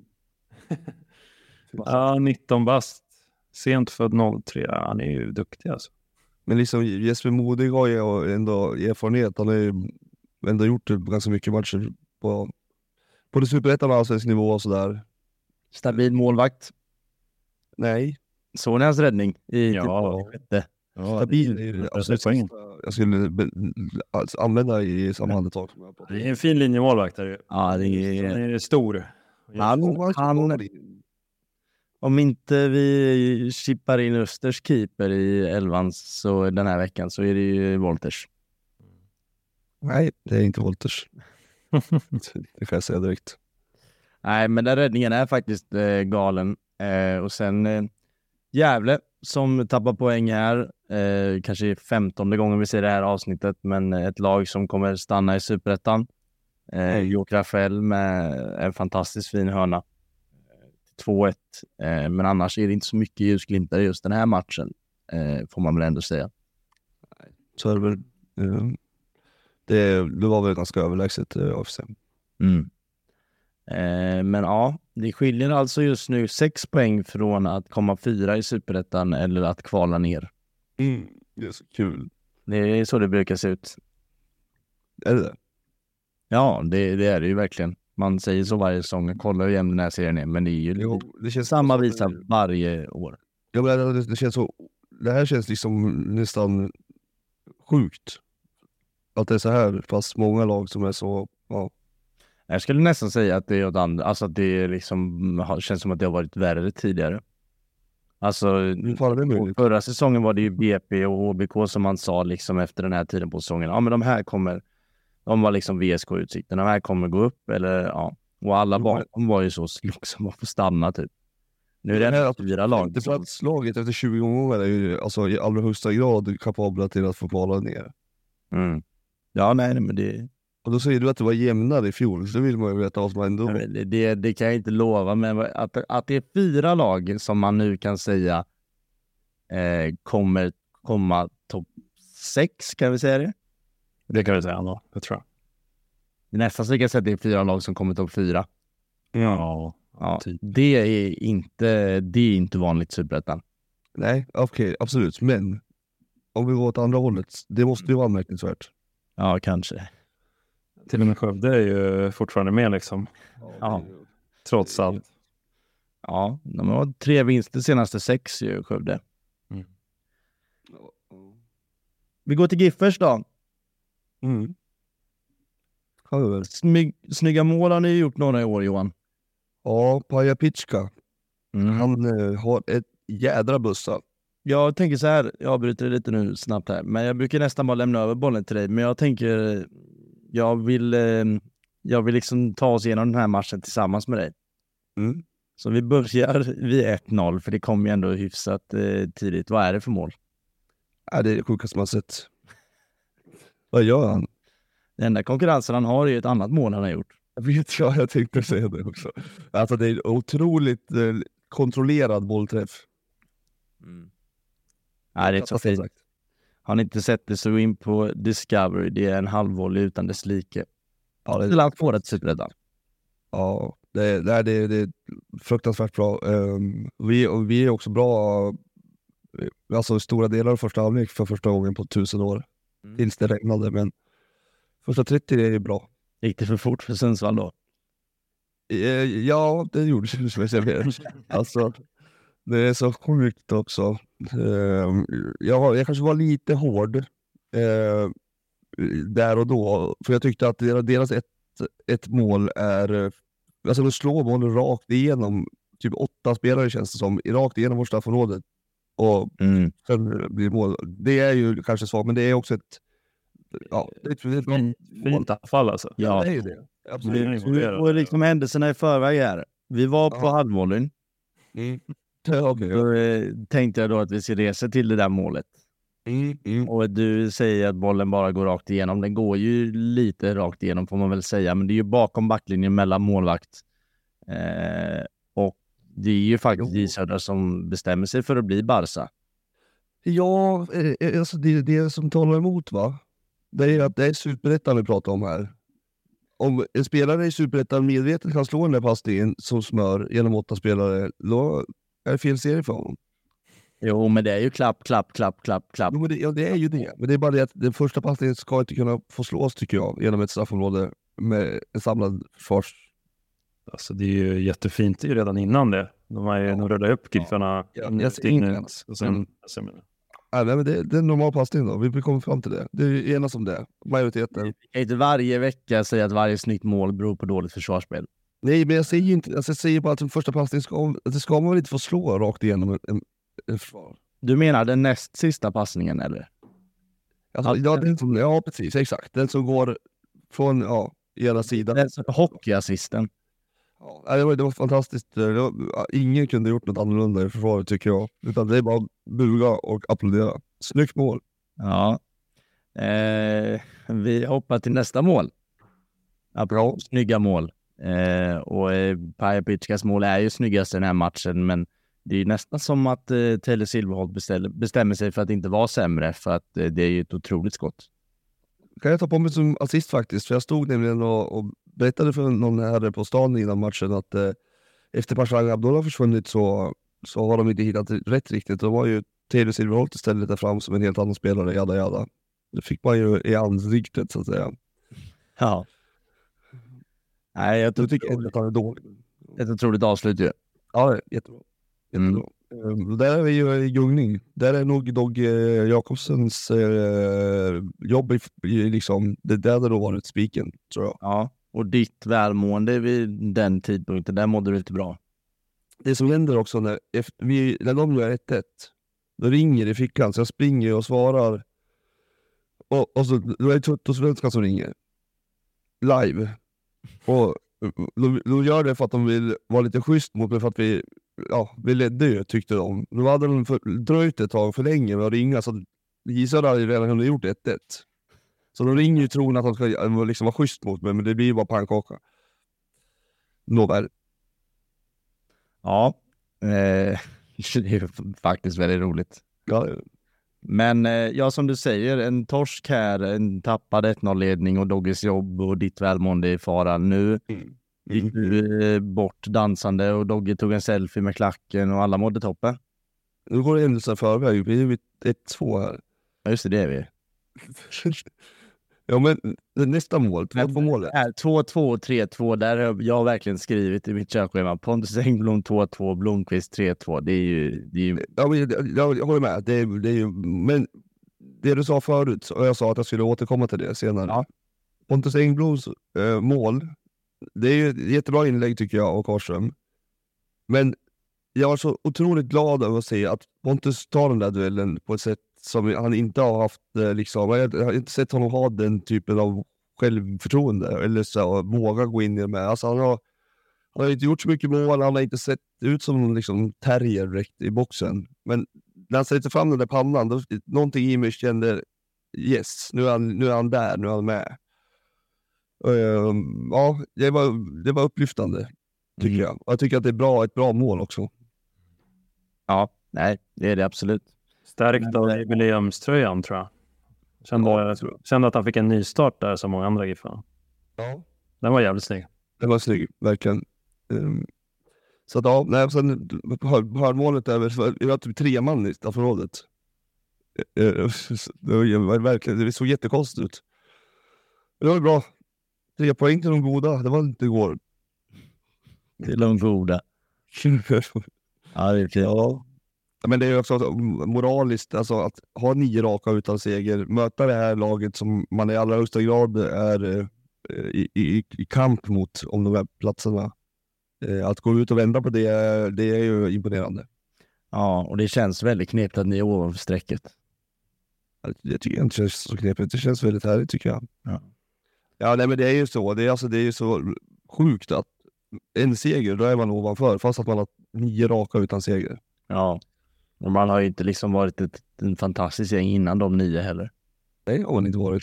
Ja, 19 bast. Sent född 03. Han är ju duktig alltså. Men liksom Jesper Modig har ju ändå erfarenhet. Han har ju ändå gjort ganska mycket matcher på det superettan och allsvensk nivå och sådär. Stabil målvakt. Nej. Så hans räddning i sjätte. Ja, stabil. Jag skulle använda i samma andetag. Det är en fin linjemålvakt där. Ja, det är stor. Han om inte vi chippar in Östers keeper i 11 så den här veckan så är det ju Wolters. Nej, det är inte Wolters. Det kan jag säga direkt. Nej, men den räddningen är faktiskt galen. Och sen Gävle som tappar poäng här. Kanske 15:e gången vi ser det här avsnittet. Men ett lag som kommer stanna i Superettan. Jok Rafael med en fantastiskt fin hörna. 2-1. Men annars är det inte så mycket ljusglimtar i just den här matchen. Får man väl ändå säga. Så är det väl. Det var väl ganska överlägset AFC. Men ja, det skiljer alltså just nu 6 poäng från att komma 4 i Superettan eller att kvala ner. Det är så kul. Det är så det brukar se ut. Är det? Ja, det är det ju verkligen. Man säger så varje säsong, kolla hur jämn den här serien är, men det är ju Det känns samma visa varje år. Ja, men det känns så. Det här känns liksom nästan sjukt. Att det är så här fast många lag som är så, ja. Jag skulle nästan säga att det är åt andra, alltså att det liksom känns som att det har varit värre tidigare. Alltså förra säsongen var det ju BP och HBK som man sa liksom efter den här tiden på säsongen. Ja, men de här kommer, de var liksom VSK-utsikten, de här kommer gå upp eller ja. Och alla bakom var ju så liksom att få stanna typ. Nu är det 4 lag. Det slaget efter 20 gånger är ju alltså i allra högsta grad kapabla till att få kvala ner. Ja, nej, men det... Och då säger du att det var jämnare i fjol, så vill man ju veta vad som ändå. Det kan jag inte lova, men att det är 4 lag som man nu kan säga kommer komma topp 6, kan vi säga det? Det kan vi säga, ja, det tror jag. Det är nästan så vi kan säga att det är 4 lag som kommer topp 4. Ja, typ. Det är inte vanligt i Superettan. Nej, okej, absolut. Men om vi går åt andra hållet, det måste ju vara anmärkningsvärt. Ja, kanske. Till och med Skövde är ju fortfarande med liksom. Ja. Trots allt. Ja, de har 3 vinster senaste 6 ju, Skövde. Vi går till Giffers då. Snygga mål har ni gjort några i år, Johan. Ja, Paja Pitschka. Han har ett jädra bussa. Jag tänker så här, jag avbryter lite nu snabbt här, men jag brukar nästan bara lämna över bollen till dig, men jag tänker jag vill liksom ta oss igenom den här matchen tillsammans med dig. Så vi börjar vid 1-0, för det kom ju ändå hyfsat tidigt. Vad är det för mål? Ja, det är det sjukaste man sett. Vad gör han? Den enda konkurrensen han har är ju ett annat mål han har gjort. Jag tänkte säga det också. Alltså det är en otroligt kontrollerad bollträff. Nej, det är så fint. Har ni inte sett det, så gå in på Discovery. Det är en halvvolley utan dess like. Ja, det är allt på det Superettan. Ja, det är fruktansvärt bra. Vi är också bra, alltså stora delar av första halvlek för första gången på 1000 år. Tills det regnade, men första 30 är ju bra. Gick det för fort för Sundsvall då? Ja, det gjorde det. Alltså, det är så sjukt också. Jag kanske var lite hård där och då, för jag tyckte att deras ett mål är, alltså de slår målen rakt igenom typ 8 spelare, känns det som, rakt igenom vårt straffområde och sen blir mål. Det är ju kanske svagt, men det är också ett fint anfall alltså. Ja, det är ju det. Absolut. Och liksom händelserna i förväg här. Vi var på halvvolleyn. Då tänkte jag då att vi ska resa till det där målet. Och du säger att bollen bara går rakt igenom. Den går ju lite rakt igenom, får man väl säga. Men det är ju bakom backlinjen mellan målvakt. Och det är ju faktiskt J Södra som bestämmer sig för att bli Barca. Ja, alltså det som talar emot, va? Det är att det är Superettan vi pratar om här. Om en spelare i Superettan medvetet kan slå den där passningen som smör genom 8 spelare, då är det fel serie för honom. Jo, men det är ju klapp. Jo, men det är ju det. Men det är bara det att den första passningen ska inte kunna få slås, tycker jag, genom ett straffområde med en samlad försvars. Alltså det är ju jättefint redan innan det. De har ju rullat upp Giffarna. Jag ser inte. Nej, men det är en normal passning då. Vi kommer fram till det. Det är enas om det. Majoriteten. Jag kan inte varje vecka säga att varje snyggt mål beror på dåligt försvarsspel. Nej, men jag säger inte. Alltså, jag säger bara att den första passningen ska man väl inte få slå rakt igenom en försvar. Du menar den näst sista passningen, eller? Alltså, ja, precis. Exakt. Den som går från ena sidan. Hockeyassisten. Ja, det var fantastiskt. Ingen kunde gjort något annorlunda i försvaret, tycker jag. Utan det är bara buga och applådera. Snyggt mål. Ja. Vi hoppar till nästa mål. Snygga mål. Och Paja Pitschkas mål är ju snyggast i den här matchen, men det är nästan som att Taylor Silverholt bestämmer sig för att inte vara sämre, för att det är ju ett otroligt skott. Kan jag ta på mig som assist faktiskt, för jag stod nämligen och berättade för någon här på stan innan matchen att efter Pashang Abdullah försvunnit så har de inte hittat rätt riktigt. De var ju Taylor Silverholt istället där fram som en helt annan spelare, jada. Det fick man ju i ansiktet så att säga. Ja. Nej, jag tycker att det är dåligt. Ett otroligt avslut ju. Ja, jättebra. Där är vi ju i gungning. Där är nog Dogge Jakobsens jobb liksom, det hade då varit spiken, tror jag. Ja, och ditt välmående vid den tidpunkten, där mådde du inte bra. Det som händer också när de gör 1-1, då ringer i fickan, så jag springer och svarar. Och så då är det Tutto Svenskan som ringer. Live. Och de gör det för att de vill vara lite schysst mot mig, för att vi ledde ju, tyckte de. Då hade de dröjt ett tag för länge med att ringa, så gissade hade redan hunnit gjort 1-1. Så de ringer ju tron att de ska liksom vara schysst mot mig, men det blir ju bara pannkaka. Nåväl. Ja, det är faktiskt väldigt roligt. Ja. Men ja, som du säger, en torsk här, en tappad 1-0-ledning och Dogges jobb och ditt välmående i fara. Nu gick du bort dansande och Dogge tog en selfie med klacken och alla mådde toppen. Nu går det händelsen förväg, vi är 1-2 här. Ja, just det är vi. Ja, men nästa mål, 2-2 målet. 2-2 och 3-2, där har jag verkligen skrivit i mitt körschema. Pontus Engblom 2-2, Blomqvist 3-2. Det är ju... Ja, men jag håller med. Det är ju... Men det du sa förut, och jag sa att jag skulle återkomma till det senare. Ja. Pontus Engbloms mål, det är ju ett jättebra inlägg tycker jag, och Karlström. Men jag var så otroligt glad över att se att Pontus tar den där duellen på ett sätt som han inte har haft, liksom. Jag har inte sett honom ha den typen av självförtroende eller så våga gå in i det med. Alltså han har inte gjort så mycket mål, han har inte sett ut som liksom terrier direkt i boxen. Men när han sätter fram den där pannan, då, någonting i mig kände yes, nu är han där, nu är han med. Ja, det var upplyftande tycker jag. Jag tycker att det är ett bra mål också. Ja, nej, det är det absolut. Stärkt av jubileumströjan tror jag. Kände att han fick en ny start där som många andra giffar. Ja. Den var jävligt snygg. Den var snygg, verkligen. Så att ja, sen hörnmålet över, vi var typ 3 man i straffområdet. Det såg jättekonstigt ut. Men det var bra. 3 poäng till de goda, det var inte igår. Till de goda. Ja, det är fint. Ja. Men det är också moraliskt, alltså att ha 9 raka utan seger, möta det här laget som man i allra högsta grad är i kamp mot om de här platserna. Att gå ut och vända på det är ju imponerande. Ja, och det känns väldigt knepigt att ni är ovanför strecket. Jag tycker inte det känns så knepigt, det känns väldigt härligt tycker jag. Ja, nej men det är ju så, det är ju så sjukt att en seger, då är man ovanför, fast att man har 9 raka utan seger. Ja. Och man har ju inte liksom varit en fantastisk gäng innan de 9 heller. Nej, har man inte varit.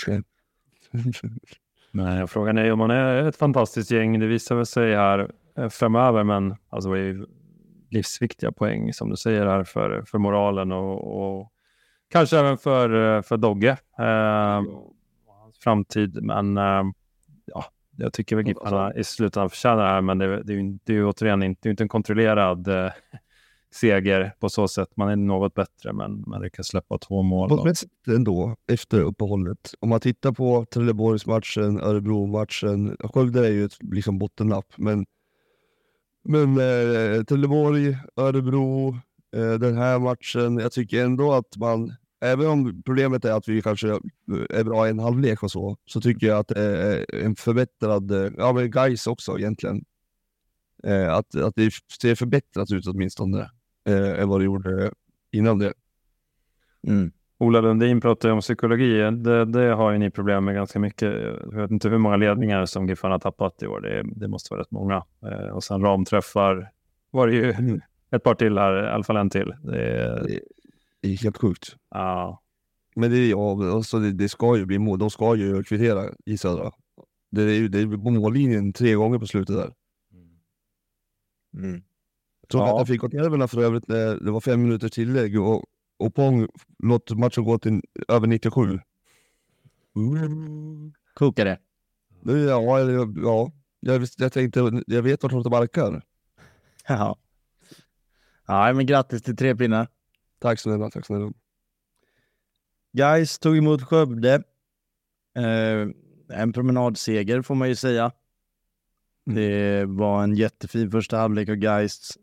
Nej, frågan är om man är ett fantastiskt gäng. Det visar väl sig här framöver, men alltså det är ju livsviktiga poäng som du säger här för moralen och kanske även för Dogge och hans framtid. Men ja, jag tycker väl Gipparna i slutändan förtjänar det här, men det är ju återigen inte en kontrollerad seger på så sätt. Man är något bättre, men man kan släppa 2 mål. På ett sätt ändå, efter uppehållet. Om man tittar på Trelleborgsmatchen, Örebro-matchen, Skövde är ju ett liksom bottennapp, men Trelleborg, Örebro, den här matchen, jag tycker ändå att man, även om problemet är att vi kanske är bra i en halvlek och så tycker jag att det är en förbättrad, ja men guys också egentligen. Att det ser förbättrat ut åtminstone än vad det gjorde innan det. Ola Lundin pratar ju om psykologi. Det har ju ni problem med ganska mycket. Jag vet inte hur många ledningar som Giffarna har tappat i år. Det måste vara rätt många. Och sen ramträffar var det ju ett par till här, i alla fall en till. Det är helt sjukt. Ja. Men det ska ju bli mål. De ska ju kvittera i Södra. Det är på mållinjen 3 gånger på slutet där. Så att jag fick åt nerverna för övrigt när det var 5 minuter tillägg och Pong låt matchen gå till över 97. Kokade. Ja. Jag tänkte, jag vet vart de barkar. Ja. Ja, men grattis till 3 pinnar. Tack snälla. Guys tog emot Skövde. En promenadseger får man ju säga. Det var en jättefin första halvlek av Guys.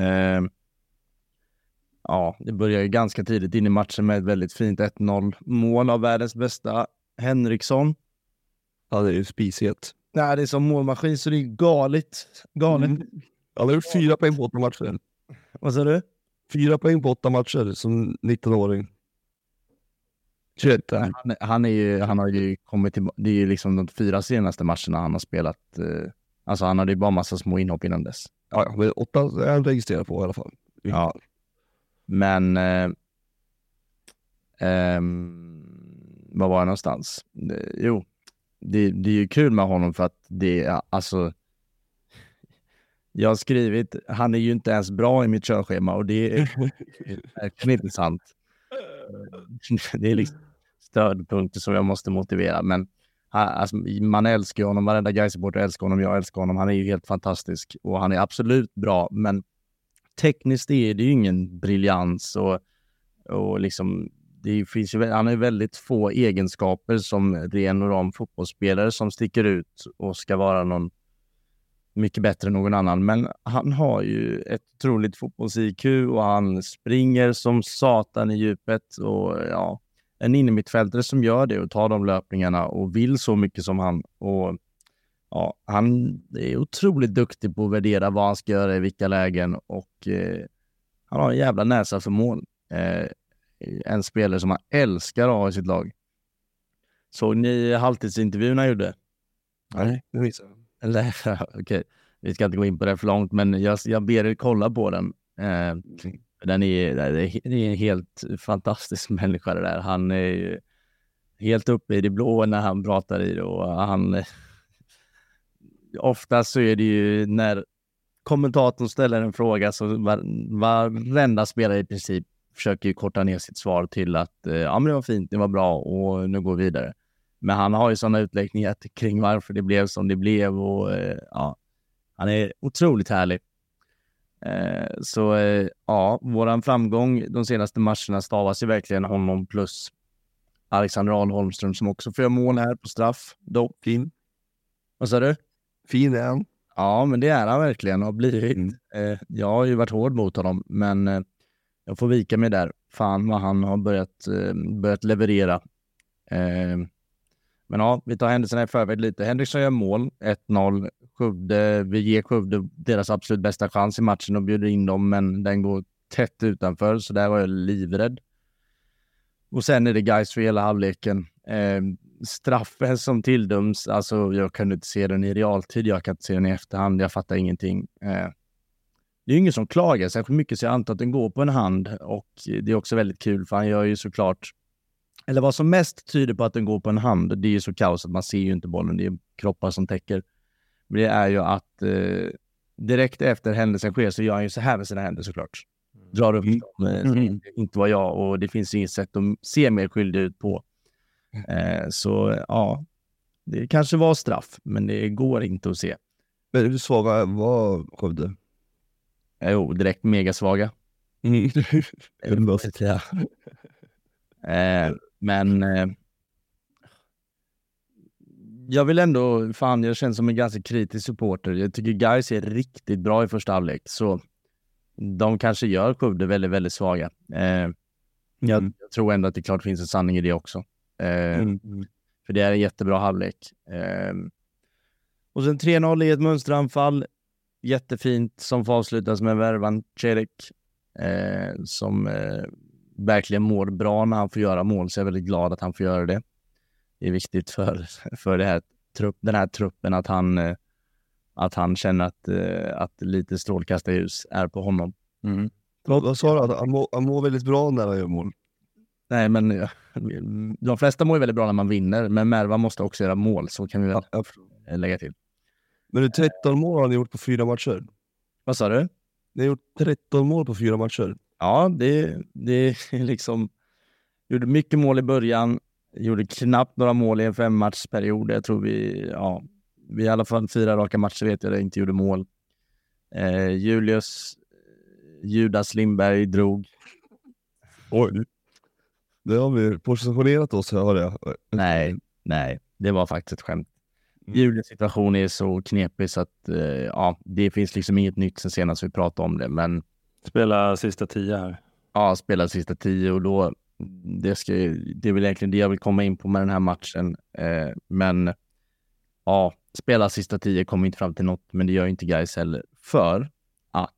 Ja, det började ju ganska tidigt in i matchen med ett väldigt fint 1-0 mål av världens bästa Henriksson. Ja, det är ju spisigt. Nej, det är som målmaskin så det är galet. Han har gjort 4 poäng på 8 matcher. Vad sa du? 4 poäng på 8 matcher som 19-åring. 21. Han har ju kommit till, det är ju liksom de 4 senaste matcherna han har spelat. Alltså han hade ju bara massa små inhopp innan dess. Ja, men 8 är han registrerad på i alla fall. Ja. Men var var jag någonstans? Det är ju kul med honom för att det är alltså jag har skrivit, han är ju inte ens bra i mitt körschema och det är verkligen inte sant. Det är liksom stödpunkter som jag måste motivera, men alltså, man älskar honom, varenda Gais-supporter älskar honom, jag älskar honom, han är ju helt fantastisk och han är absolut bra, men tekniskt är det ju ingen briljans och liksom det finns ju, han har ju väldigt få egenskaper som ren och ram fotbollsspelare som sticker ut och ska vara någon mycket bättre än någon annan, men han har ju ett otroligt fotbolls-IQ och han springer som satan i djupet och ja, en innermittfältare som gör det och tar de löpningarna och vill så mycket som han och ja, han är otroligt duktig på att värdera vad han ska göra i vilka lägen och han har en jävla näsa för mål. En spelare som han älskar att ha i sitt lag. Såg ni halvtidsintervjun han gjorde? Nej, det visar jag. Eller, okej, vi ska inte gå in på det för långt, men jag ber er kolla på den. Det är en helt fantastisk människa det där. Han är ju helt uppe i det blå när han pratar i det och han oftast så är det ju när kommentatorn ställer en fråga så varenda spelare i princip försöker ju korta ner sitt svar till att ja men det var fint, det var bra och nu går vi vidare. Men han har ju sådana utläggningar kring varför det blev som det blev och ja, han är otroligt härlig. Så ja, våran framgång de senaste matcherna stavas ju verkligen honom plus Alexander Ahl-Holmström som också får mål här på straff. Dock. Fin. Vad sa du? Fin är han. Ja, men det är han verkligen har blivit. Jag har ju varit hård mot honom, men jag får vika mig där. Fan vad han har börjat leverera. Men ja, vi tar händelserna i förväg lite. Henriksson gör mål, 1-0. Skövde, vi ger Skövde deras absolut bästa chans i matchen och bjuder in dem, men den går tätt utanför, så där var jag livrädd. Och sen är det Gais för hela halvleken. Straffen som tilldöms, alltså jag kan inte se den i realtid, jag kan inte se den i efterhand, jag fattar ingenting. Det är ju ingen som klagar särskilt mycket, så jag antar att den går på en hand, och det är också väldigt kul för han gör ju såklart, eller vad som mest tyder på att den går på en hand, det är ju så kaos att man ser ju inte bollen, det är kroppar som täcker. Men det är ju att direkt efter händelsen sker så gör han ju så här med sina händer såklart. Drar upp dem, inte var jag, och det finns inget sätt att se mer skyldig ut på. Så ja, det kanske var straff, men det går inte att se. Men hur svaga var Skövde? Jo, direkt megasvaga. Men jag vill ändå, jag känner som en ganska kritisk supporter. Jag tycker Gais är riktigt bra i första halvlek, så de kanske gör Skövde väldigt, väldigt svaga. Jag tror ändå att det klart finns en sanning i det också. För det är en jättebra halvlek. Och sen 3-0 i ett mönsteranfall. Jättefint som får avslutas med Vervan Čelik som verkligen mår bra när han får göra mål, så jag är väldigt glad att han får göra det. Det är viktigt för den här truppen att han känner att lite strålkastarljus är på honom. Vad sa du? Han mår väldigt bra när han gör mål. Nej, men de flesta mår ju väldigt bra när man vinner, men Merva måste också göra mål, så kan vi väl lägga till. Men det är 13 mål han har gjort på 4 matcher. Vad sa du? Ni har gjort 13 mål på 4 matcher. Ja, det är liksom... Gjorde mycket mål i början. Gjorde knappt några mål i en 5-matchsperiod. Jag tror vi i alla fall 4 raka matcher vet jag det inte gjorde mål. Judas Lindberg drog. Oj. Det har vi positionerat oss, hör jag. Nej, det var faktiskt ett skämt. Julius situation är så knepig så att det finns liksom inget nytt sen senast vi pratade om det, men Spela sista 10 här. ja, spela sista 10 och då det är väl egentligen det jag vill komma in på med den här matchen, men ja, spela sista 10 kommer inte fram till något, men det gör inte Gais heller, för att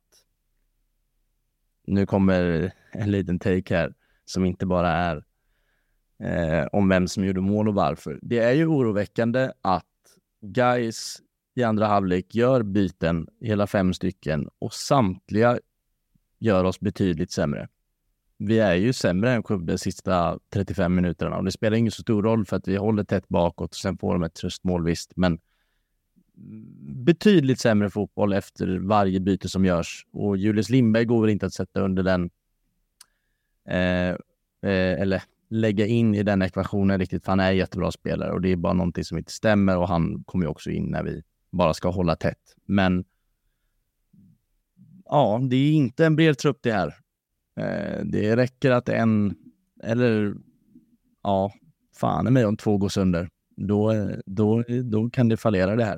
nu kommer en liten take här som inte bara är om vem som gjorde mål och varför. Det är ju oroväckande att Gais i andra halvlek gör byten, hela 5 stycken, och samtliga gör oss betydligt sämre. Vi är ju sämre än Skövde de sista 35 minuterna och det spelar ingen så stor roll för att vi håller tätt bakåt och sen får de ett tröstmål visst, men betydligt sämre fotboll efter varje byte som görs, och Julius Lindberg går väl inte att sätta under den eller lägga in i den ekvationen riktigt, för han är en jättebra spelare och det är bara någonting som inte stämmer, och han kommer ju också in när vi bara ska hålla tätt, men ja, det är inte en bred trupp det här. Det räcker att en eller fan är mig om 2 går sönder, då kan det fallera det här.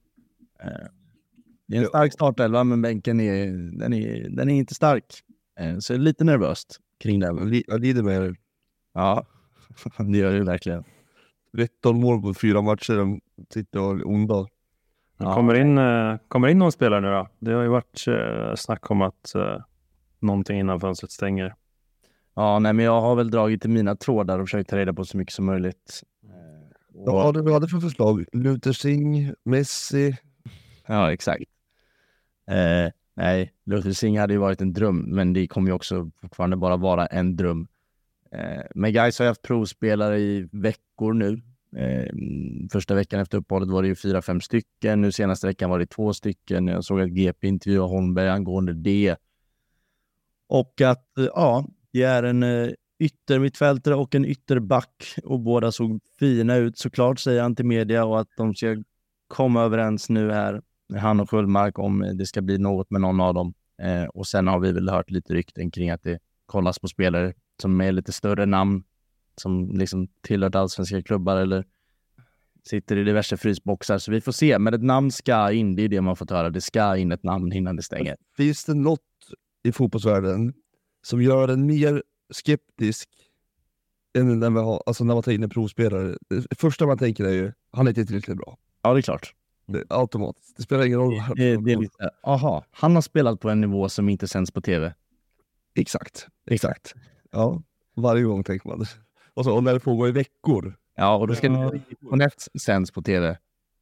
Det är en stark startelva, men bänken är inte stark, så är det lite nervöst kring det. Jag lider med er. Ja, det gör det verkligen. 13 mål på 4 matcher, de sitter och onda. Ja. Kommer in någon spelare nu då? Det har ju varit snack om att någonting innan fönstret stänger. Ja, nej, men jag har väl dragit i mina trådar och försökt ta reda på så mycket som möjligt. Ja, det vi hade för förslag. Luther Singh, Messi. Ja, exakt. Nej, Luther Singh hade ju varit en dröm, men det kommer ju också fortfarande bara vara en dröm. Men Gais har haft provspelare i veckor nu. Första veckan efter uppehållet var det ju 4-5 stycken. Nu senaste veckan var det 2 stycken. Jag såg att GP intervjuade Holmberg angående det. Och att det är en yttermittfältare och en ytterback, och båda såg fina ut såklart, säger han till media, och att de ska komma överens nu här, han och Sköldmark, om det ska bli något med någon av dem. Och sen har vi väl hört lite rykten kring att det kollas på spelare som är lite större namn, som liksom tillhört allsvenska klubbar eller sitter i diverse frysboxar, så vi får se. Men ett namn ska in, det är det man får höra. Det ska in ett namn innan det stänger. Finns det något i fotbollsvärlden som gör den mer skeptisk än när man tar in en provspelare? Det första man tänker är ju, han är inte tillräckligt bra. Ja, det är klart. Automatiskt. Det spelar ingen roll. Det är lite, han har spelat på en nivå som inte sänds på tv. Exakt. Ja, varje gång tänker man det. Och när det pågår i veckor. Ja, och då ska det sänds på tv.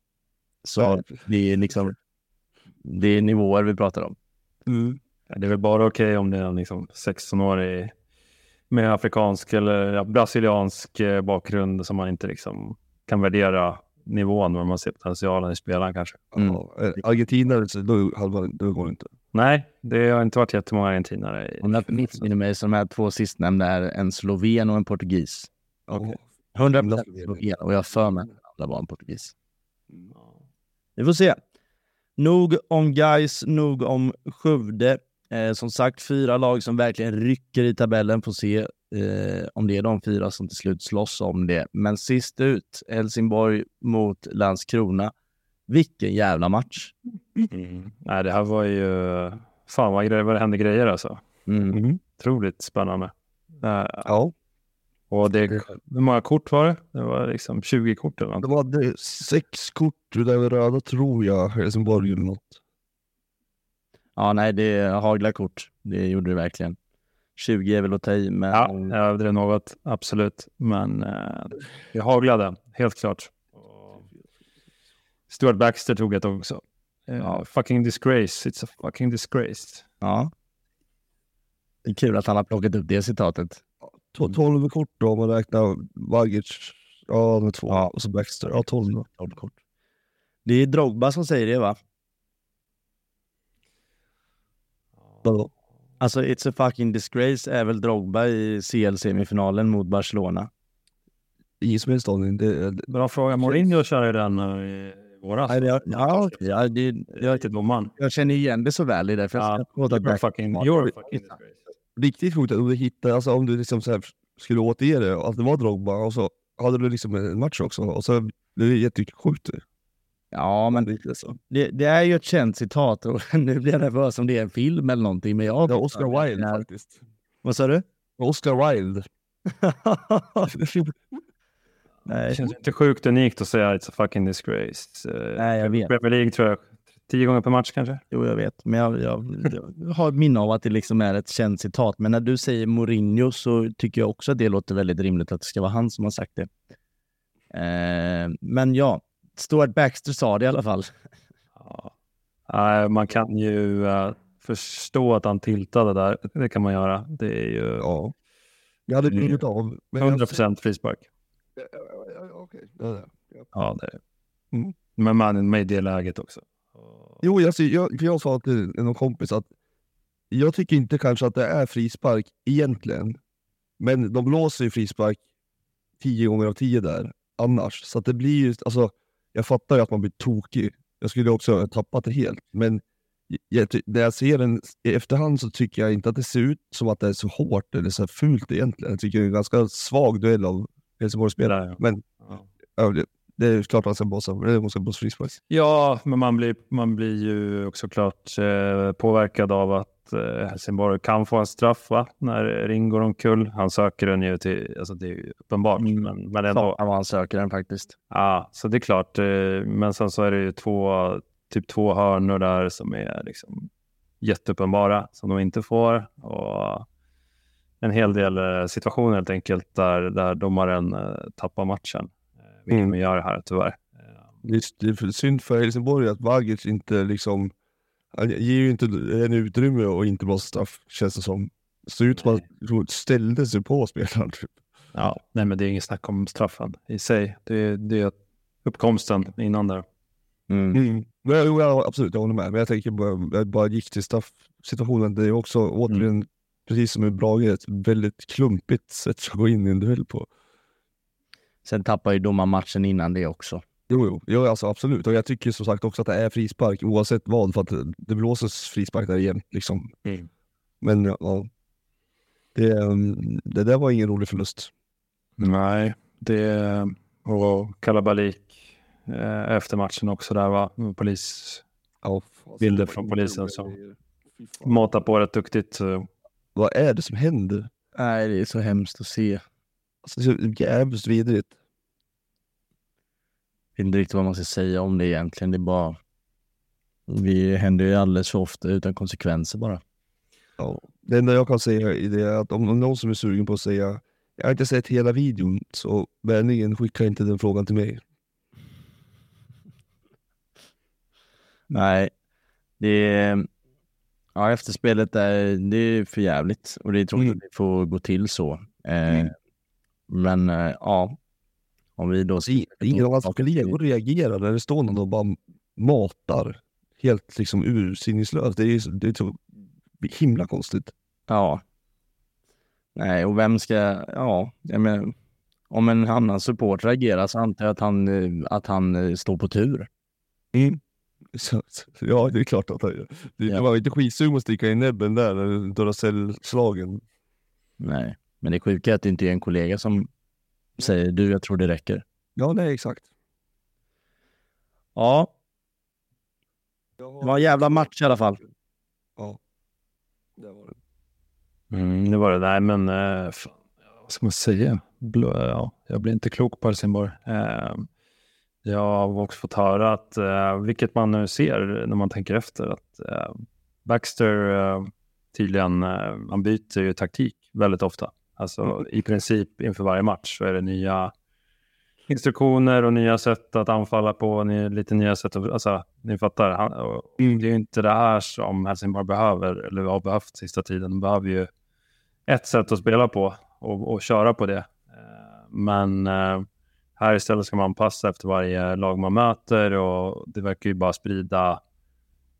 Så det är liksom, det är nivåer vi pratar om. Mm. Det är väl bara okej om det är en liksom 16-årig med afrikansk eller brasiliansk bakgrund som man inte liksom kan värdera nivån när man ser potentialen i spelaren kanske. Ja, Argentina, då går det inte. Nej, det har inte varit jättemånga argentinare. Om jag missminner mig så de här 2 sistnämnda är en sloven och en portugis. Okay. 100% sloven, och jag för mig att det var en portugis. Vi får se. Nog om Gais, nog om Skövde. Som sagt, 4 lag som verkligen rycker i tabellen. Får se om det är de 4 som till slut slåss om det. Men sist ut, Helsingborg mot Landskrona. Vilken jävla match. Nej, det här var ju fan vad det hände grejer alltså. Otroligt spännande. Ja. Och hur många kort var det? Det var liksom 20 kort eller något. De hade 6 kort, det var röda tror jag, Helsingborg eller något. Ja, nej, det är hagla kort. Det gjorde det verkligen. 20 är väl att ta i, men... Ja, jag överdrev något, absolut. Men det haglade, helt klart. Stuart Baxter tog ett också. Fucking disgrace, it's a fucking disgrace. Ja. Det är kul att han har plockat upp det citatet. 12 kort då, om man räknar Vagic, med 2, och så Baxter, 12 kort. Det är Drogba som säger det, va? Vadå? Alltså it's a fucking disgrace är väl Drogba i CL-semifinalen mot Barcelona. Ingen som helst aning. Bra fråga. Mourinho kör ju den i våras. Nej, jag känner igen det så väl i det. För You're fucking disgrace. Riktigt sjukt om du hittar, alltså om du liksom så här skulle återge det, att det var Drogba och så hade du liksom en match också och så blev det jättesjukt. Ja, men det är ju ett känt citat och nu blir jag nervös om det är en film eller någonting. Men jag... Det är Oscar Wilde faktiskt. Vad sa du? Oscar Wilde. Nej. Det känns inte sjukt unikt att säga it's a fucking disgrace. Nej, jag vet. Premier League tror jag 10 gånger per match kanske. Jo, jag vet. Men jag har ett minne av att det liksom är ett känt citat. Men när du säger Mourinho så tycker jag också att det låter väldigt rimligt att det ska vara han som har sagt det. Men ja, Stuart Baxter sa det i alla fall. Ja. Man kan ju förstå att han tiltade där. Det kan man göra. Det är ju... Ja. Jag hade blivit av. 100% frispark. Okej. Ja, det är det. Men mannen med i det läget också. Jo, jag sa till någon kompis att jag tycker inte kanske att det är frispark egentligen. Men de blåser ju frispark 10 gånger av 10 där annars. Så att det blir ju, alltså jag fattar ju att man blir tokig. Jag skulle också ha tappat det helt. Men när jag ser den i efterhand så tycker jag inte att det ser ut som att det är så hårt eller så fult egentligen. Jag tycker det är en ganska svag duell av Helsingborgsspelare. Ja. Men det är klart att man ska blåsa frispark. Ja, men man blir ju också klart påverkad av att Helsingborg kan få en straff, va? När Ring går omkull. Han söker den ju till, alltså det är ju uppenbart. Men ändå. Ja, han söker den faktiskt. Ja, så det är klart. Men sen så är det ju två hörnor där som är liksom jätteuppenbara som de inte får. Och en hel del situationer helt enkelt där domaren tappar matchen. Vilket man gör här tyvärr. Det är synd för Helsingborg att Vagic inte liksom, han ger ju inte en utrymme och inte bara straff, känns det som. Det ser ut som att han ställde sig på spelaren. Ja, nej, men det är ingen snack om straffen i sig. Det är uppkomsten innan där. Ja, absolut, jag håller med. Men jag tänker bara gick till straffsituationen. Det är också återigen, precis som i Brage, ett väldigt klumpigt sätt att gå in i en duell på. Sen tappar ju domarmatchen innan det också. Jo, alltså absolut. Och jag tycker som sagt också att det är frispark oavsett vad, för att det blåses frispark där igen liksom. Men ja, det där var ingen rolig förlust. Nej, det och kalabalik efter matchen också där, va? Bilder från polisen som matar på rätt duktigt. Vad är det som händer? Nej, det är så hemskt att se. Alltså, det är jävligt vidrigt. Jag vet inte riktigt vad man ska säga om det egentligen. Det är bara... Vi händer ju alldeles för ofta utan konsekvenser bara. Ja, det enda jag kan säga är det att om någon som är sugen på att säga jag har inte sett hela videon, så vänligen skicka inte den frågan till mig. Nej, det är... Ja, efterspelet det är för jävligt. Och det är tråkigt att det får gå till så. Men ja, om vi då... Ingen av hans kollegor reagerar när det står någon och bara matar helt liksom ursinningslöst. Det är så himla konstigt. Ja. Nej, och vem ska... Ja, jag menar, om en annan support reagerar så antar jag att han står på tur. Så, ja, det är klart att det var inte skitsug att sticka i näbben där när Duracell-slagen. Nej, men det sjuka är att det inte är en kollega som säger du, jag tror det räcker. Ja, nej, exakt. Ja. Det var en jävla match i alla fall. Ja, det var det. Det var det. Nej, men vad ska man säga? Jag blir inte klok på Helsingborg. Jag har också fått höra att, vilket man nu ser när man tänker efter, att Baxter tydligen, han byter ju taktik väldigt ofta. Alltså i princip inför varje match så är det nya instruktioner och nya sätt att anfalla på, lite nya sätt att, alltså ni fattar, det är ju inte det här som Helsingborg behöver eller har behövt sista tiden. De behöver ju ett sätt att spela på och köra på det. Men här istället ska man passa efter varje lag man möter, och det verkar ju bara sprida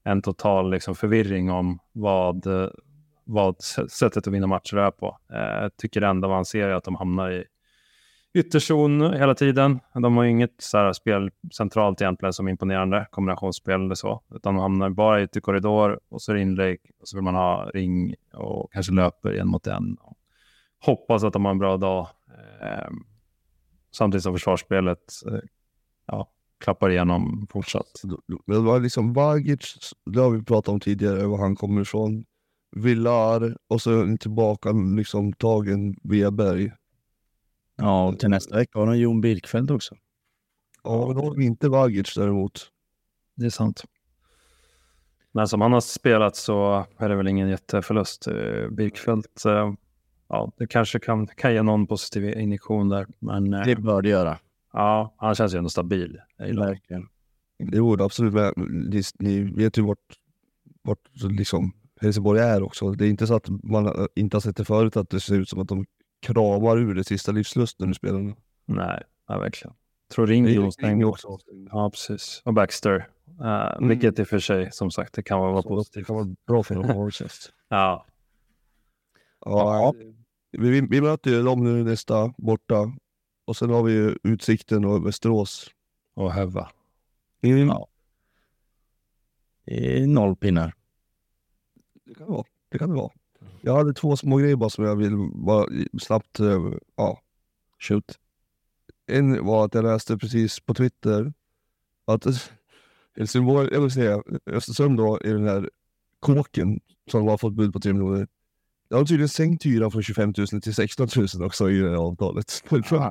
en total liksom förvirring om vad sättet att vinna matcher är på. Jag tycker ändå man ser att de hamnar i ytterzon hela tiden. De har ju inget så här spel centralt egentligen som imponerande kombinationsspel eller så, utan de hamnar bara i ytterkorridor och så är det inlägg och så vill man ha ring och kanske löper en mot en och hoppas att de har en bra dag, samtidigt som försvarsspelet klappar igenom fortsatt. Det var liksom Vagic, det har vi pratat om tidigare, var han kommer ifrån. Villar och så tillbaka liksom tagen Weberg. Ja, och till nästa vecka har de Jon Birkfeldt också. Ja, men då har vi inte Vagic däremot. Det är sant. Men som han har spelat så är det väl ingen jätteförlust. Birkfeldt, det kanske kan ge någon positiv injektion där. Men, det bör det göra. Ja, han känns ju ändå stabil. Verkligen. Det vore absolut med. Ni vet ju vart liksom Helsingborg är också. Det är inte så att man inte har sett det förut att det ser ut som att de kramar ur det sista livslusten i spelarna. Nej, verkligen. Tror Ringo stängde också. Ja, precis. Och Baxter. Vilket i och för sig, som sagt, det kan vara positivt. Det kan vara bra för dem. Ja. Ja. Vi möter ju dem nu nästa borta. Och sen har vi ju Utsikten och Västerås. Och Höva. Ja. Det är 0 pinnar. Det kan det vara. Jag hade 2 små grejer bara som jag vill bara snabbt, Shoot. En var att jag läste precis på Twitter att Helsingborg, jag vill säga Östersund då, i den här kåken som har fått bud på 3 miljoner. Jag har tydligen sänkt hyran från 25 000 till 16 000 också i det här avtalet.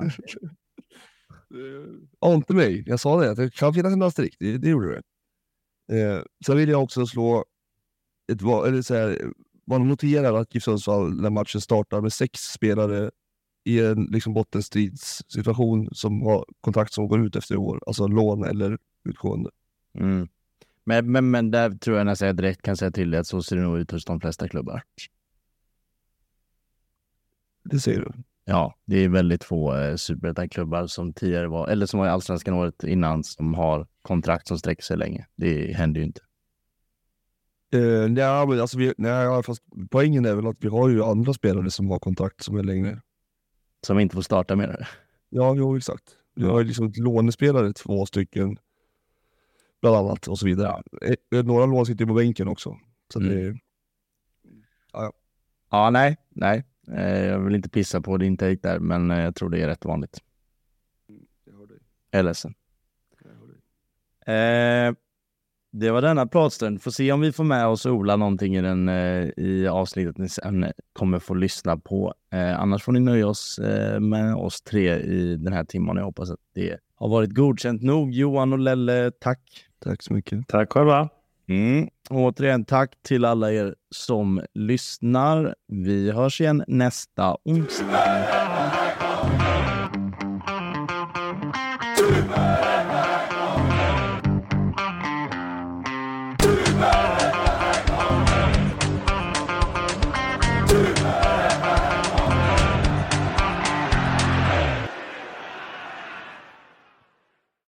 Inte mig. Jag sa det, att det kan finnas en asterisk. Det gjorde det. Så vill jag också slå man noterar att GIF Sundsvall när matchen startar med 6 spelare i en liksom bottenstridssituation som har kontrakt som går ut efter år, alltså lån eller utgående. Men där tror jag nästan jag direkt kan säga till att så ser det nog ut hos de flesta klubbar. Det ser du. Ja, det är väldigt få superettan-klubbar som tidigare var, eller som var i Allsvenskan året innan, som har kontrakt som sträcker sig länge. Det händer ju inte. Men alltså fast poängen är väl att vi har ju andra spelare som har kontrakt som är längre. Som inte får starta med det. Ja, jo, exakt. Vi har ju liksom lånespelare, 2 stycken bland annat och så vidare. Ja. Några lån sitter på bänken också. Så det Ja, nej. Jag vill inte pissa på din take där, men jag tror det är rätt vanligt. Jag hör dig. Jag är ledsen. Det var denna pratstund. Får se om vi får med oss Ola någonting i avsnittet ni sen kommer få lyssna på. Annars får ni nöja oss med oss 3 i den här timmen. Jag hoppas att det har varit godkänt nog. Johan och Lelle, tack. Tack så mycket. Tack själva. Återigen tack till alla er som lyssnar. Vi hörs igen nästa onsdag.